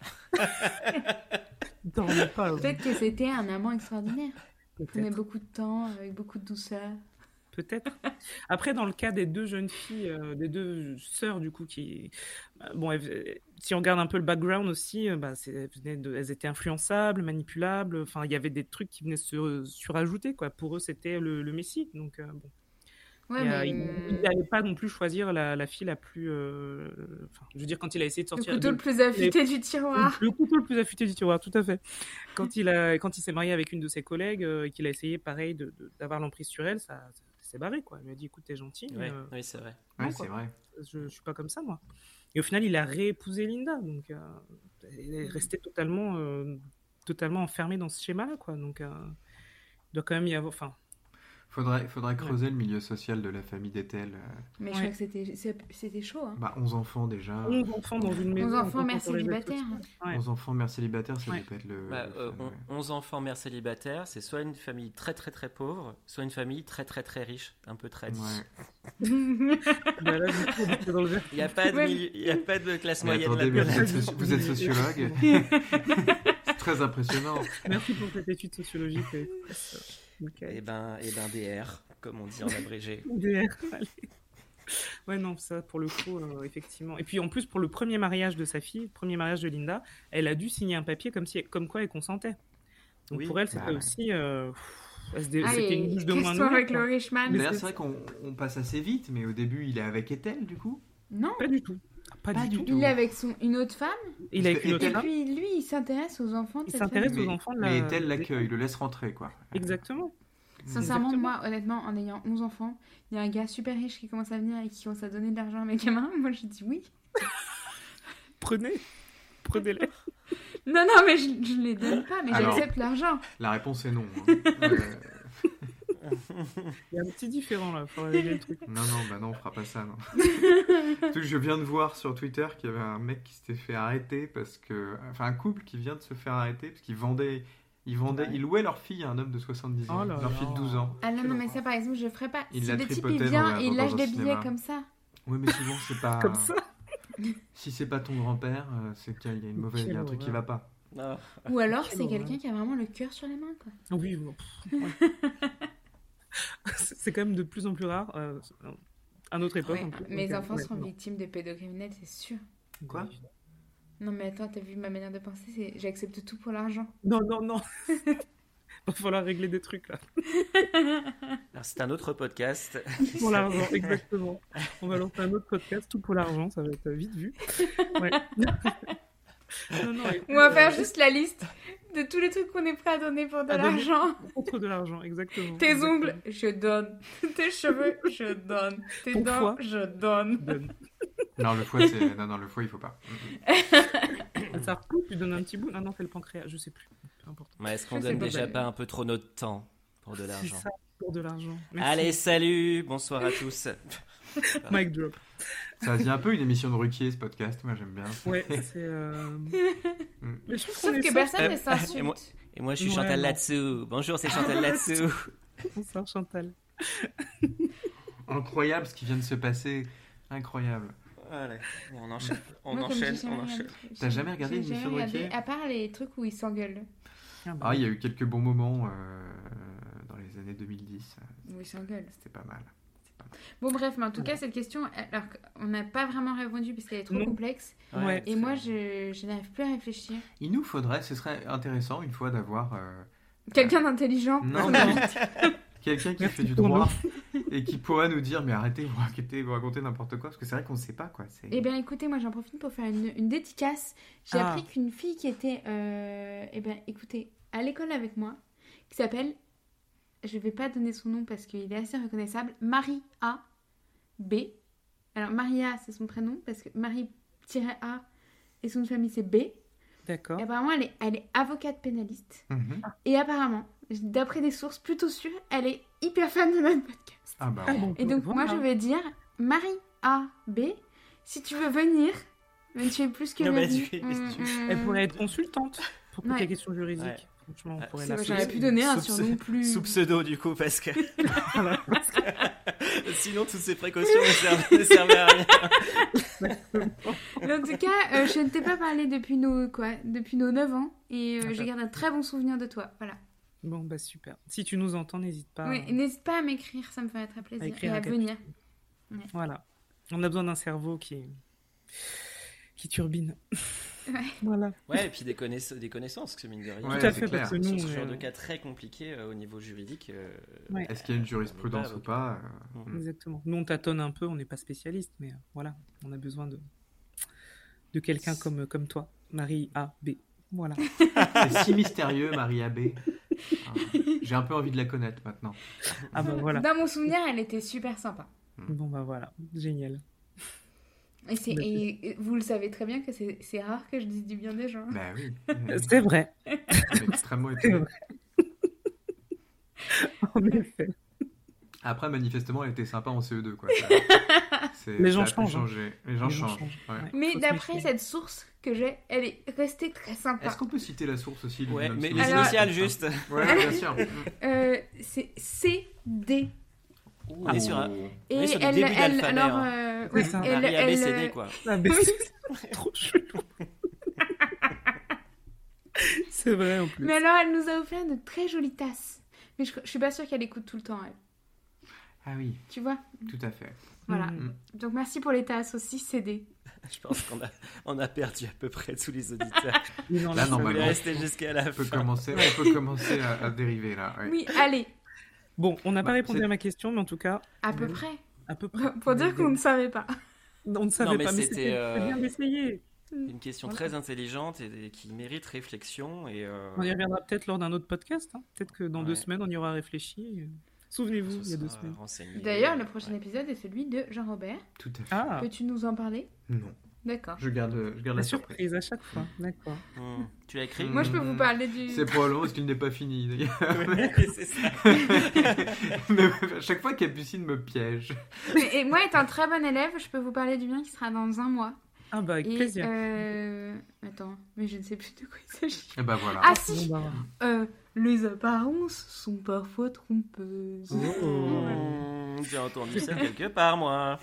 Speaker 1: Dormez pas.
Speaker 4: Peut-être que c'était un amant extraordinaire. Il
Speaker 1: Peut-être.
Speaker 4: prenait beaucoup de temps, avec beaucoup de douceur.
Speaker 1: peut-être. Après, dans le cas des deux jeunes filles, euh, des deux sœurs, du coup, qui... Bon, elles- si on regarde un peu le background aussi, euh, bah, c'est- elles, venaient de- elles étaient influençables, manipulables. Enfin, il y avait des trucs qui venaient se surajouter, quoi. Pour eux, c'était le, le Messie. Donc, euh, bon.
Speaker 4: Ouais,
Speaker 1: Il y a-
Speaker 4: mais
Speaker 1: il n'allait pas non plus choisir la, la fille la plus... euh, Enfin, je veux dire, quand il a essayé de
Speaker 5: Le
Speaker 1: sortir...
Speaker 5: couteau
Speaker 1: de-
Speaker 5: le plus affûté du tiroir.
Speaker 1: le couteau le plus affûté du tiroir, tout à fait. Quand il, a, quand il s'est marié avec une de ses collègues euh, et qu'il a essayé, pareil, de, de- d'avoir l'emprise sur elle, ça, ça s'est barré, quoi. Il lui a dit, écoute, t'es gentil, mais
Speaker 3: Ouais,
Speaker 1: euh,
Speaker 3: oui, c'est vrai.
Speaker 2: Ouais,
Speaker 1: non,
Speaker 2: c'est
Speaker 1: quoi.
Speaker 2: vrai.
Speaker 1: je, je suis pas comme ça, moi. Et au final, il a réépousé Linda, donc euh, elle est restée totalement, euh, totalement enfermée dans ce schéma-là, quoi. Donc, euh, il doit quand même y avoir... Enfin,
Speaker 2: Faudrait, faudrait creuser le milieu social de la famille d'Ethel. euh,
Speaker 5: Mais je
Speaker 1: Ouais.
Speaker 5: crois que c'était, c'est- c'était chaud. Hein.
Speaker 2: Bah, onze enfants déjà.
Speaker 1: onze enfants dans une maison.
Speaker 5: onze enfants,
Speaker 1: on
Speaker 5: mère
Speaker 1: comprend les
Speaker 5: célibataire.
Speaker 1: autres. Ouais.
Speaker 2: onze enfants mère célibataire, ça
Speaker 1: Ouais.
Speaker 2: doit pas être le.
Speaker 3: Bah,
Speaker 2: le
Speaker 3: euh,
Speaker 2: fameux-
Speaker 3: on- onze enfants mères célibataires, c'est soit une famille très très très pauvre, soit une famille très très très riche, un peu tradie.
Speaker 2: Ouais.
Speaker 1: Bah là, du coup, on était dans le vert.
Speaker 3: Il n'y a, pas de
Speaker 5: Ouais.
Speaker 3: milieu- il y a pas de classe
Speaker 2: Mais
Speaker 3: moyenne
Speaker 2: attendez, mais
Speaker 3: là-dedans.
Speaker 2: vous êtes, soci- vous êtes sociologue. C'est très impressionnant.
Speaker 1: Merci pour cette étude sociologique. euh, ok.
Speaker 3: Et ben, et ben D R, comme on dit en abrégé.
Speaker 1: D R, allez. Ouais, non, ça, pour le coup, euh, effectivement. Et puis, en plus, pour le premier mariage de sa fille, le premier mariage de Linda, elle a dû signer un papier comme, si, comme quoi elle consentait. Donc,
Speaker 3: Oui.
Speaker 1: pour elle, c'était
Speaker 2: Bah ouais.
Speaker 1: aussi... euh, elle se dé-
Speaker 5: Ah,
Speaker 1: c'était
Speaker 5: et
Speaker 1: une bouche de moins
Speaker 5: question
Speaker 1: nourrie,
Speaker 5: avec
Speaker 1: quoi.
Speaker 5: le Richman.
Speaker 2: D'ailleurs, c'est vrai qu'on on passe assez vite, mais au début, il est avec Ethel, du coup.
Speaker 5: Non,
Speaker 1: Pas du tout. Pas,
Speaker 2: Pas
Speaker 1: du
Speaker 2: du
Speaker 1: tout.
Speaker 2: tout.
Speaker 5: il est avec son, une autre femme.
Speaker 1: Il est avec une autre
Speaker 5: Et
Speaker 1: femme.
Speaker 5: puis lui, il s'intéresse aux enfants de
Speaker 1: Il
Speaker 5: cette
Speaker 1: s'intéresse
Speaker 5: famille.
Speaker 1: aux
Speaker 2: Mais-
Speaker 1: enfants de la...
Speaker 2: Mais Ethel l'accueille, il le laisse rentrer, quoi.
Speaker 1: Exactement.
Speaker 5: Sincèrement,
Speaker 1: Exactement.
Speaker 5: moi, honnêtement, en ayant onze enfants, il y a un gars super riche qui commence à venir et qui commence à donner de l'argent à mes gamins. Moi, je dis oui.
Speaker 1: Prenez. Prenez-les.
Speaker 5: Non, non, mais je, je les donne pas, mais
Speaker 2: Alors.
Speaker 5: j'accepte l'argent.
Speaker 2: La réponse est non. hein. Euh,
Speaker 1: Il y a un petit différent, là. Faut régler le truc.
Speaker 2: Non, non, bah non, on fera pas ça, non. Surtout que je viens de voir sur Twitter qu'il y avait un mec qui s'était fait arrêter parce que... Enfin, un couple qui vient de se faire arrêter parce qu'ils vendaient... Ils, vendaient,
Speaker 1: Ouais.
Speaker 2: ils louaient leur fille à un homme de soixante-dix ans,
Speaker 1: Oh là
Speaker 2: leur fille de
Speaker 1: là.
Speaker 2: douze ans.
Speaker 5: Ah non,
Speaker 1: Quelle
Speaker 5: non, mais
Speaker 1: horreur.
Speaker 5: ça, par exemple, je ferais pas.
Speaker 2: Il
Speaker 5: si
Speaker 2: la
Speaker 5: le type,
Speaker 2: tripotait
Speaker 5: il
Speaker 2: dans
Speaker 5: vient
Speaker 2: la-
Speaker 5: et il
Speaker 2: dans
Speaker 5: lâche
Speaker 2: un
Speaker 5: des billets
Speaker 2: cinéma.
Speaker 5: comme ça.
Speaker 2: Oui, mais souvent, c'est pas...
Speaker 1: Comme ça.
Speaker 2: Si c'est pas ton grand-père, euh, c'est qu'il y a une mauvaise... Il y a un truc qui va pas.
Speaker 3: Non.
Speaker 5: Ou alors,
Speaker 1: Quelle
Speaker 5: c'est
Speaker 1: horreur.
Speaker 5: quelqu'un qui a vraiment le cœur sur les mains, quoi.
Speaker 1: Oui, bon, pff, ouais. C'est c'est quand même de plus en plus rare. euh, à notre époque.
Speaker 5: Ouais,
Speaker 1: en plus,
Speaker 5: mes
Speaker 1: donc, euh,
Speaker 5: enfants
Speaker 1: ouais,
Speaker 5: seront
Speaker 1: non.
Speaker 5: victimes de pédocriminels, c'est sûr.
Speaker 2: Quoi?
Speaker 5: Non, mais attends, t'as vu ma manière de penser, c'est j'accepte tout pour l'argent.
Speaker 1: Non, non, non. Va falloir régler des trucs là.
Speaker 3: Alors, c'est un autre podcast.
Speaker 1: Pour l'argent, exactement. On va lancer un autre podcast, tout pour l'argent, ça va être vite vu. Ouais. Non, non, et-
Speaker 5: On va faire
Speaker 1: euh,
Speaker 5: juste la liste de tous les trucs qu'on est prêt à donner pour de
Speaker 1: À donner.
Speaker 5: l'argent.
Speaker 1: contre de l'argent, exactement.
Speaker 5: Tes
Speaker 1: Exactement.
Speaker 5: ongles, je donne. Tes cheveux, je donne. Tes
Speaker 1: Ton
Speaker 5: dents,
Speaker 1: foie.
Speaker 5: je donne.
Speaker 1: Donne.
Speaker 2: Non, le foie, c'est... Non, non, le foie, il faut pas.
Speaker 1: Ça repousse, tu donnes un petit bout. Non, non, c'est le pancréas, je sais plus. Peu importe.
Speaker 3: Mais est-ce qu'on
Speaker 5: Je sais
Speaker 3: donne
Speaker 5: pas.
Speaker 3: déjà pas un peu trop notre temps pour de
Speaker 1: C'est
Speaker 3: l'argent?
Speaker 1: ça, pour de l'argent. Merci.
Speaker 3: Allez, salut, bonsoir à tous.
Speaker 1: Mic drop.
Speaker 2: Ça devient un peu une émission de Ruquier, ce podcast. Moi, j'aime bien.
Speaker 1: Ouais, c'est. Euh...
Speaker 2: Mm.
Speaker 1: Mais je trouve qu'on
Speaker 5: Sauf
Speaker 1: est
Speaker 5: que
Speaker 1: soft.
Speaker 5: personne ne
Speaker 3: Euh, et moi-
Speaker 5: s'insulte.
Speaker 3: Et moi, je suis
Speaker 1: Ouais,
Speaker 3: Chantal
Speaker 1: non.
Speaker 3: là-dessous. Bonjour, c'est Chantal là-dessous.
Speaker 1: Bonsoir, Chantal.
Speaker 2: Incroyable ce qui vient de se passer. Incroyable.
Speaker 3: Voilà. On enchaîne, on
Speaker 5: Moi, comme
Speaker 3: enchaîne,
Speaker 5: j'ai jamais
Speaker 3: on enchaîne.
Speaker 5: regardé-
Speaker 2: T'as jamais regardé
Speaker 5: j'ai
Speaker 2: une émission
Speaker 5: jamais
Speaker 2: de
Speaker 5: regardé,
Speaker 2: Ruquier
Speaker 5: À part les trucs où ils s'engueulent.
Speaker 1: Ah, bah,
Speaker 2: Ah, il y a eu quelques bons moments euh, dans les années deux mille dix.
Speaker 5: Où ils s'engueulent.
Speaker 2: C'était pas mal. C'était pas mal.
Speaker 5: Bon, bref, mais en tout cas, cette question, alors qu'on n'a pas vraiment répondu parce qu'elle est trop
Speaker 1: Non.
Speaker 5: complexe.
Speaker 1: Ouais.
Speaker 5: Et moi, je, je n'arrive plus à réfléchir.
Speaker 2: Il nous faudrait, ce serait intéressant une fois d'avoir... euh,
Speaker 5: Quelqu'un d'intelligent.
Speaker 2: Non, mais quelqu'un qui
Speaker 1: Merci
Speaker 2: fait du
Speaker 1: pour
Speaker 2: droit et qui pourrait nous dire mais arrêtez, vous racontez, vous racontez n'importe quoi parce que c'est vrai qu'on ne sait pas quoi. C'est...
Speaker 5: Eh bien, écoutez, moi, j'en profite pour faire une, une dédicace. J'ai
Speaker 1: Ah.
Speaker 5: appris qu'une fille qui était, euh, eh bien, écoutez, à l'école avec moi, qui s'appelle, je vais pas donner son nom parce qu'il est assez reconnaissable, Marie A. B. Alors, Maria, c'est son prénom parce que Marie-A et son nom de famille, c'est B.
Speaker 1: D'accord.
Speaker 5: Et apparemment, elle est, elle est avocate pénaliste.
Speaker 2: Mhm.
Speaker 5: Et apparemment, d'après des sources plutôt sûres, elle est hyper fan de notre podcast.
Speaker 2: Ah bah
Speaker 1: Ah, bon,
Speaker 5: Et donc,
Speaker 1: voilà.
Speaker 5: moi, je vais dire Marie A. B. Si tu veux venir, mais tu es plus que
Speaker 3: Non, mais
Speaker 5: bienvenue.
Speaker 3: tu es-
Speaker 5: Mm,
Speaker 3: tu-
Speaker 5: mm.
Speaker 1: Elle pourrait être consultante pour toutes
Speaker 5: Ouais.
Speaker 1: les questions juridiques.
Speaker 3: Ouais.
Speaker 1: Franchement, on
Speaker 3: Ah,
Speaker 1: pourrait
Speaker 5: C'est
Speaker 1: la
Speaker 5: vrai,
Speaker 1: faire.
Speaker 5: J'aurais pu donner un
Speaker 3: Sous-
Speaker 5: surnom plus.
Speaker 3: Sous pseudo, du coup, parce que
Speaker 1: Voilà.
Speaker 3: sinon, toutes ces précautions ne servent, ne servaient à rien.
Speaker 5: Mais en tout cas, euh, je ne t'ai pas parlé depuis nos, quoi, depuis nos neuf ans et euh,
Speaker 1: Ah,
Speaker 5: je
Speaker 1: bah.
Speaker 5: garde un très bon souvenir de toi. Voilà.
Speaker 1: Bon, bah super. Si tu nous entends, n'hésite pas.
Speaker 5: Oui,
Speaker 1: euh,
Speaker 5: n'hésite pas à m'écrire, ça me ferait très plaisir.
Speaker 1: écrire
Speaker 5: et
Speaker 1: à
Speaker 5: à
Speaker 1: Capitaine.
Speaker 5: venir.
Speaker 1: Voilà. On a besoin d'un cerveau qui qui turbine.
Speaker 5: Ouais.
Speaker 1: Voilà.
Speaker 3: Ouais, et puis des, connaiss- des connaissances, que mine de rien.
Speaker 2: Ouais,
Speaker 1: Tout à
Speaker 2: c'est
Speaker 1: fait,
Speaker 2: clair.
Speaker 1: parce que
Speaker 3: Sur
Speaker 1: nous,
Speaker 3: ce
Speaker 1: on
Speaker 3: genre
Speaker 1: est-
Speaker 3: de cas très compliqué euh, au niveau juridique. euh,
Speaker 1: Ouais.
Speaker 2: Est-ce qu'il y a une
Speaker 3: on
Speaker 2: jurisprudence
Speaker 3: est
Speaker 2: ou
Speaker 3: pas
Speaker 2: pas euh,
Speaker 1: Exactement. Nous, on tâtonne un peu, on n'est pas spécialiste, mais euh, voilà, on a besoin de, de quelqu'un comme, comme toi, Marie A. B. Voilà.
Speaker 2: C'est si mystérieux, Maria B. Ah, j'ai un peu envie de la connaître maintenant.
Speaker 1: Ah bah voilà.
Speaker 5: Dans mon souvenir, elle était super sympa.
Speaker 1: Bon bah voilà, génial.
Speaker 5: Et, c'est,
Speaker 1: Bah,
Speaker 5: et, et vous le savez très bien que c'est, c'est rare que je dise du bien des gens.
Speaker 2: Bah oui.
Speaker 1: C'est vrai,
Speaker 2: C'est extrêmement
Speaker 1: c'est
Speaker 2: étonné.
Speaker 1: vrai. En effet.
Speaker 2: Après, manifestement, elle était sympa en C E deux, quoi. Ça- c'est-
Speaker 1: Les
Speaker 2: ça
Speaker 1: gens
Speaker 2: a pu
Speaker 1: changent, hein.
Speaker 2: changer. Les gens
Speaker 1: Les gens
Speaker 2: changent.
Speaker 1: changent,
Speaker 2: ouais.
Speaker 1: ouais.
Speaker 5: Mais
Speaker 1: Faut se
Speaker 5: d'après
Speaker 1: méfier.
Speaker 5: cette source que j'ai, elle est restée très sympa.
Speaker 2: Est-ce qu'on peut citer la source aussi du
Speaker 3: Ouais,
Speaker 2: même
Speaker 3: mais
Speaker 2: source
Speaker 3: les
Speaker 5: Alors-
Speaker 3: initiales juste.
Speaker 2: Ouais, bien sûr.
Speaker 5: Euh, c'est C D.
Speaker 3: On est sur un-
Speaker 5: Et
Speaker 3: On est sur du
Speaker 5: elle,
Speaker 3: début
Speaker 5: elle,
Speaker 3: d'alphabet,
Speaker 5: alors,
Speaker 3: hein.
Speaker 5: euh,
Speaker 1: C'est
Speaker 5: ouais,
Speaker 1: ça.
Speaker 5: elle,
Speaker 3: Marie A B C D,
Speaker 5: elle,
Speaker 3: quoi.
Speaker 1: Ah, mais c'est trop chelou. C'est vrai en plus.
Speaker 5: mais alors, elle nous a offert de très jolies tasses. Mais je, je suis pas sûre qu'elle écoute tout le temps, elle.
Speaker 2: Ah oui,
Speaker 5: Tu vois?
Speaker 2: tout à fait.
Speaker 5: Voilà.
Speaker 1: Mhm.
Speaker 5: Donc merci pour les tasses aussi, C D.
Speaker 3: Je pense qu'on a, on a perdu à peu près tous les auditeurs.
Speaker 1: Oui, non,
Speaker 2: Là,
Speaker 1: là,
Speaker 3: On
Speaker 2: normalement,
Speaker 3: voulait rester jusqu'à la
Speaker 2: On peut
Speaker 3: fin.
Speaker 2: commencer, on peut commencer à, à dériver là. ouais.
Speaker 5: Oui, allez,
Speaker 1: Bon, on n'a pas
Speaker 2: Bah,
Speaker 1: répondu
Speaker 2: c'est-
Speaker 1: à ma question, mais en tout cas,
Speaker 5: à peu
Speaker 1: Oui.
Speaker 5: près.
Speaker 1: à peu près.
Speaker 5: Pour dire qu'on ne savait pas.
Speaker 1: On ne savait
Speaker 3: Non, mais
Speaker 1: pas, mais
Speaker 3: c'était,
Speaker 1: c'était
Speaker 3: euh,
Speaker 1: c'est bien d'essayer.
Speaker 3: Une question
Speaker 1: Voilà.
Speaker 3: très intelligente et, et qui mérite réflexion. Et, euh,
Speaker 1: On y reviendra peut-être lors d'un autre podcast. hein. Peut-être que dans deux
Speaker 3: Ouais.
Speaker 1: semaines, on y aura réfléchi. Souvenez-vous,
Speaker 3: se
Speaker 1: il y a deux
Speaker 3: sera
Speaker 1: semaines.
Speaker 3: renseigné.
Speaker 5: D'ailleurs, le prochain
Speaker 3: Ouais.
Speaker 5: épisode est celui de Jean-Robert.
Speaker 2: Tout à fait.
Speaker 1: Ah,
Speaker 5: Peux-tu nous en parler?
Speaker 2: Non,
Speaker 5: D'accord.
Speaker 2: je garde, je garde
Speaker 1: la
Speaker 2: la surprise.
Speaker 1: surprise à chaque fois. D'accord.
Speaker 3: Hmm. Tu l'as écrit
Speaker 2: Hmm.
Speaker 5: Moi, je peux vous parler du...
Speaker 2: C'est probablement parce qu'il n'est pas fini d'ailleurs.
Speaker 3: Ouais, c'est ça.
Speaker 2: Mais à chaque fois, Capucine me piège.
Speaker 5: Mais- Et moi, étant très bonne élève, je peux vous parler du mien qui sera dans un mois.
Speaker 1: Ah bah avec
Speaker 5: Et,
Speaker 1: plaisir.
Speaker 5: euh... Attends, mais je ne sais plus de quoi il s'agit.
Speaker 2: Et bah voilà.
Speaker 5: Ah si,
Speaker 1: Bon, bah,
Speaker 5: euh, les apparences sont parfois trompeuses.
Speaker 1: Oh.
Speaker 3: Hmm, J'ai entendu ça quelque part, moi.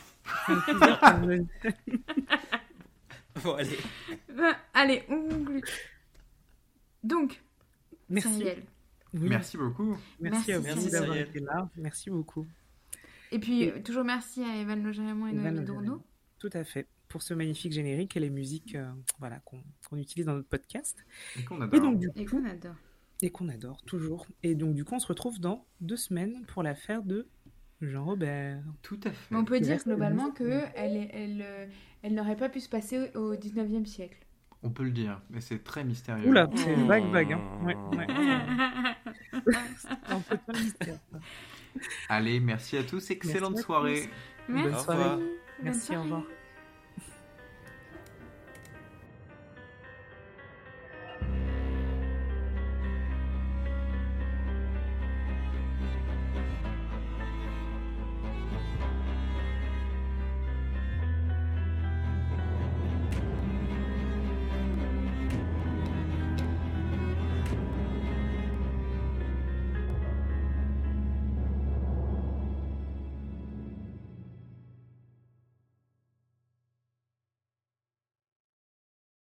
Speaker 3: Bon, allez.
Speaker 5: Ben, allez, on conclut. Donc,
Speaker 1: Merci.
Speaker 5: Cyrielle.
Speaker 1: Oui,
Speaker 2: Merci beaucoup.
Speaker 1: Merci à vous
Speaker 5: Merci,
Speaker 1: d'avoir
Speaker 3: Cyrielle.
Speaker 1: été là. Merci beaucoup.
Speaker 5: Et puis, euh, toujours merci à Evan Logérémon et
Speaker 1: Evan
Speaker 5: Noémie
Speaker 1: Logérémon.
Speaker 5: Dourneau.
Speaker 1: Tout à fait. Pour ce magnifique générique et les musiques euh, voilà, qu'on qu'on utilise dans notre podcast.
Speaker 2: Et qu'on
Speaker 1: Et
Speaker 2: adore.
Speaker 1: donc, du
Speaker 5: Et
Speaker 1: coup,
Speaker 5: qu'on adore.
Speaker 1: et qu'on adore toujours. Et donc, du coup, on se retrouve dans deux semaines pour l'affaire de Jean-Robert.
Speaker 2: Tout à fait.
Speaker 5: Mais on peut
Speaker 1: Il
Speaker 5: dire
Speaker 1: reste
Speaker 5: globalement
Speaker 1: une-
Speaker 5: que elle, est- elle, euh, elle n'aurait pas pu se passer au dix-neuvième siècle.
Speaker 2: On peut le dire, mais c'est très mystérieux.
Speaker 1: Oula, c'est
Speaker 3: Mmh.
Speaker 1: vague, vague. Hein. Ouais, ouais. C'est un peu pas le mystère, ça.
Speaker 2: Allez, merci à tous. Excellente
Speaker 1: Merci à
Speaker 2: soirée.
Speaker 5: Merci.
Speaker 1: Bonne soirée.
Speaker 5: Bonne
Speaker 1: Merci, au
Speaker 5: soirée.
Speaker 1: revoir.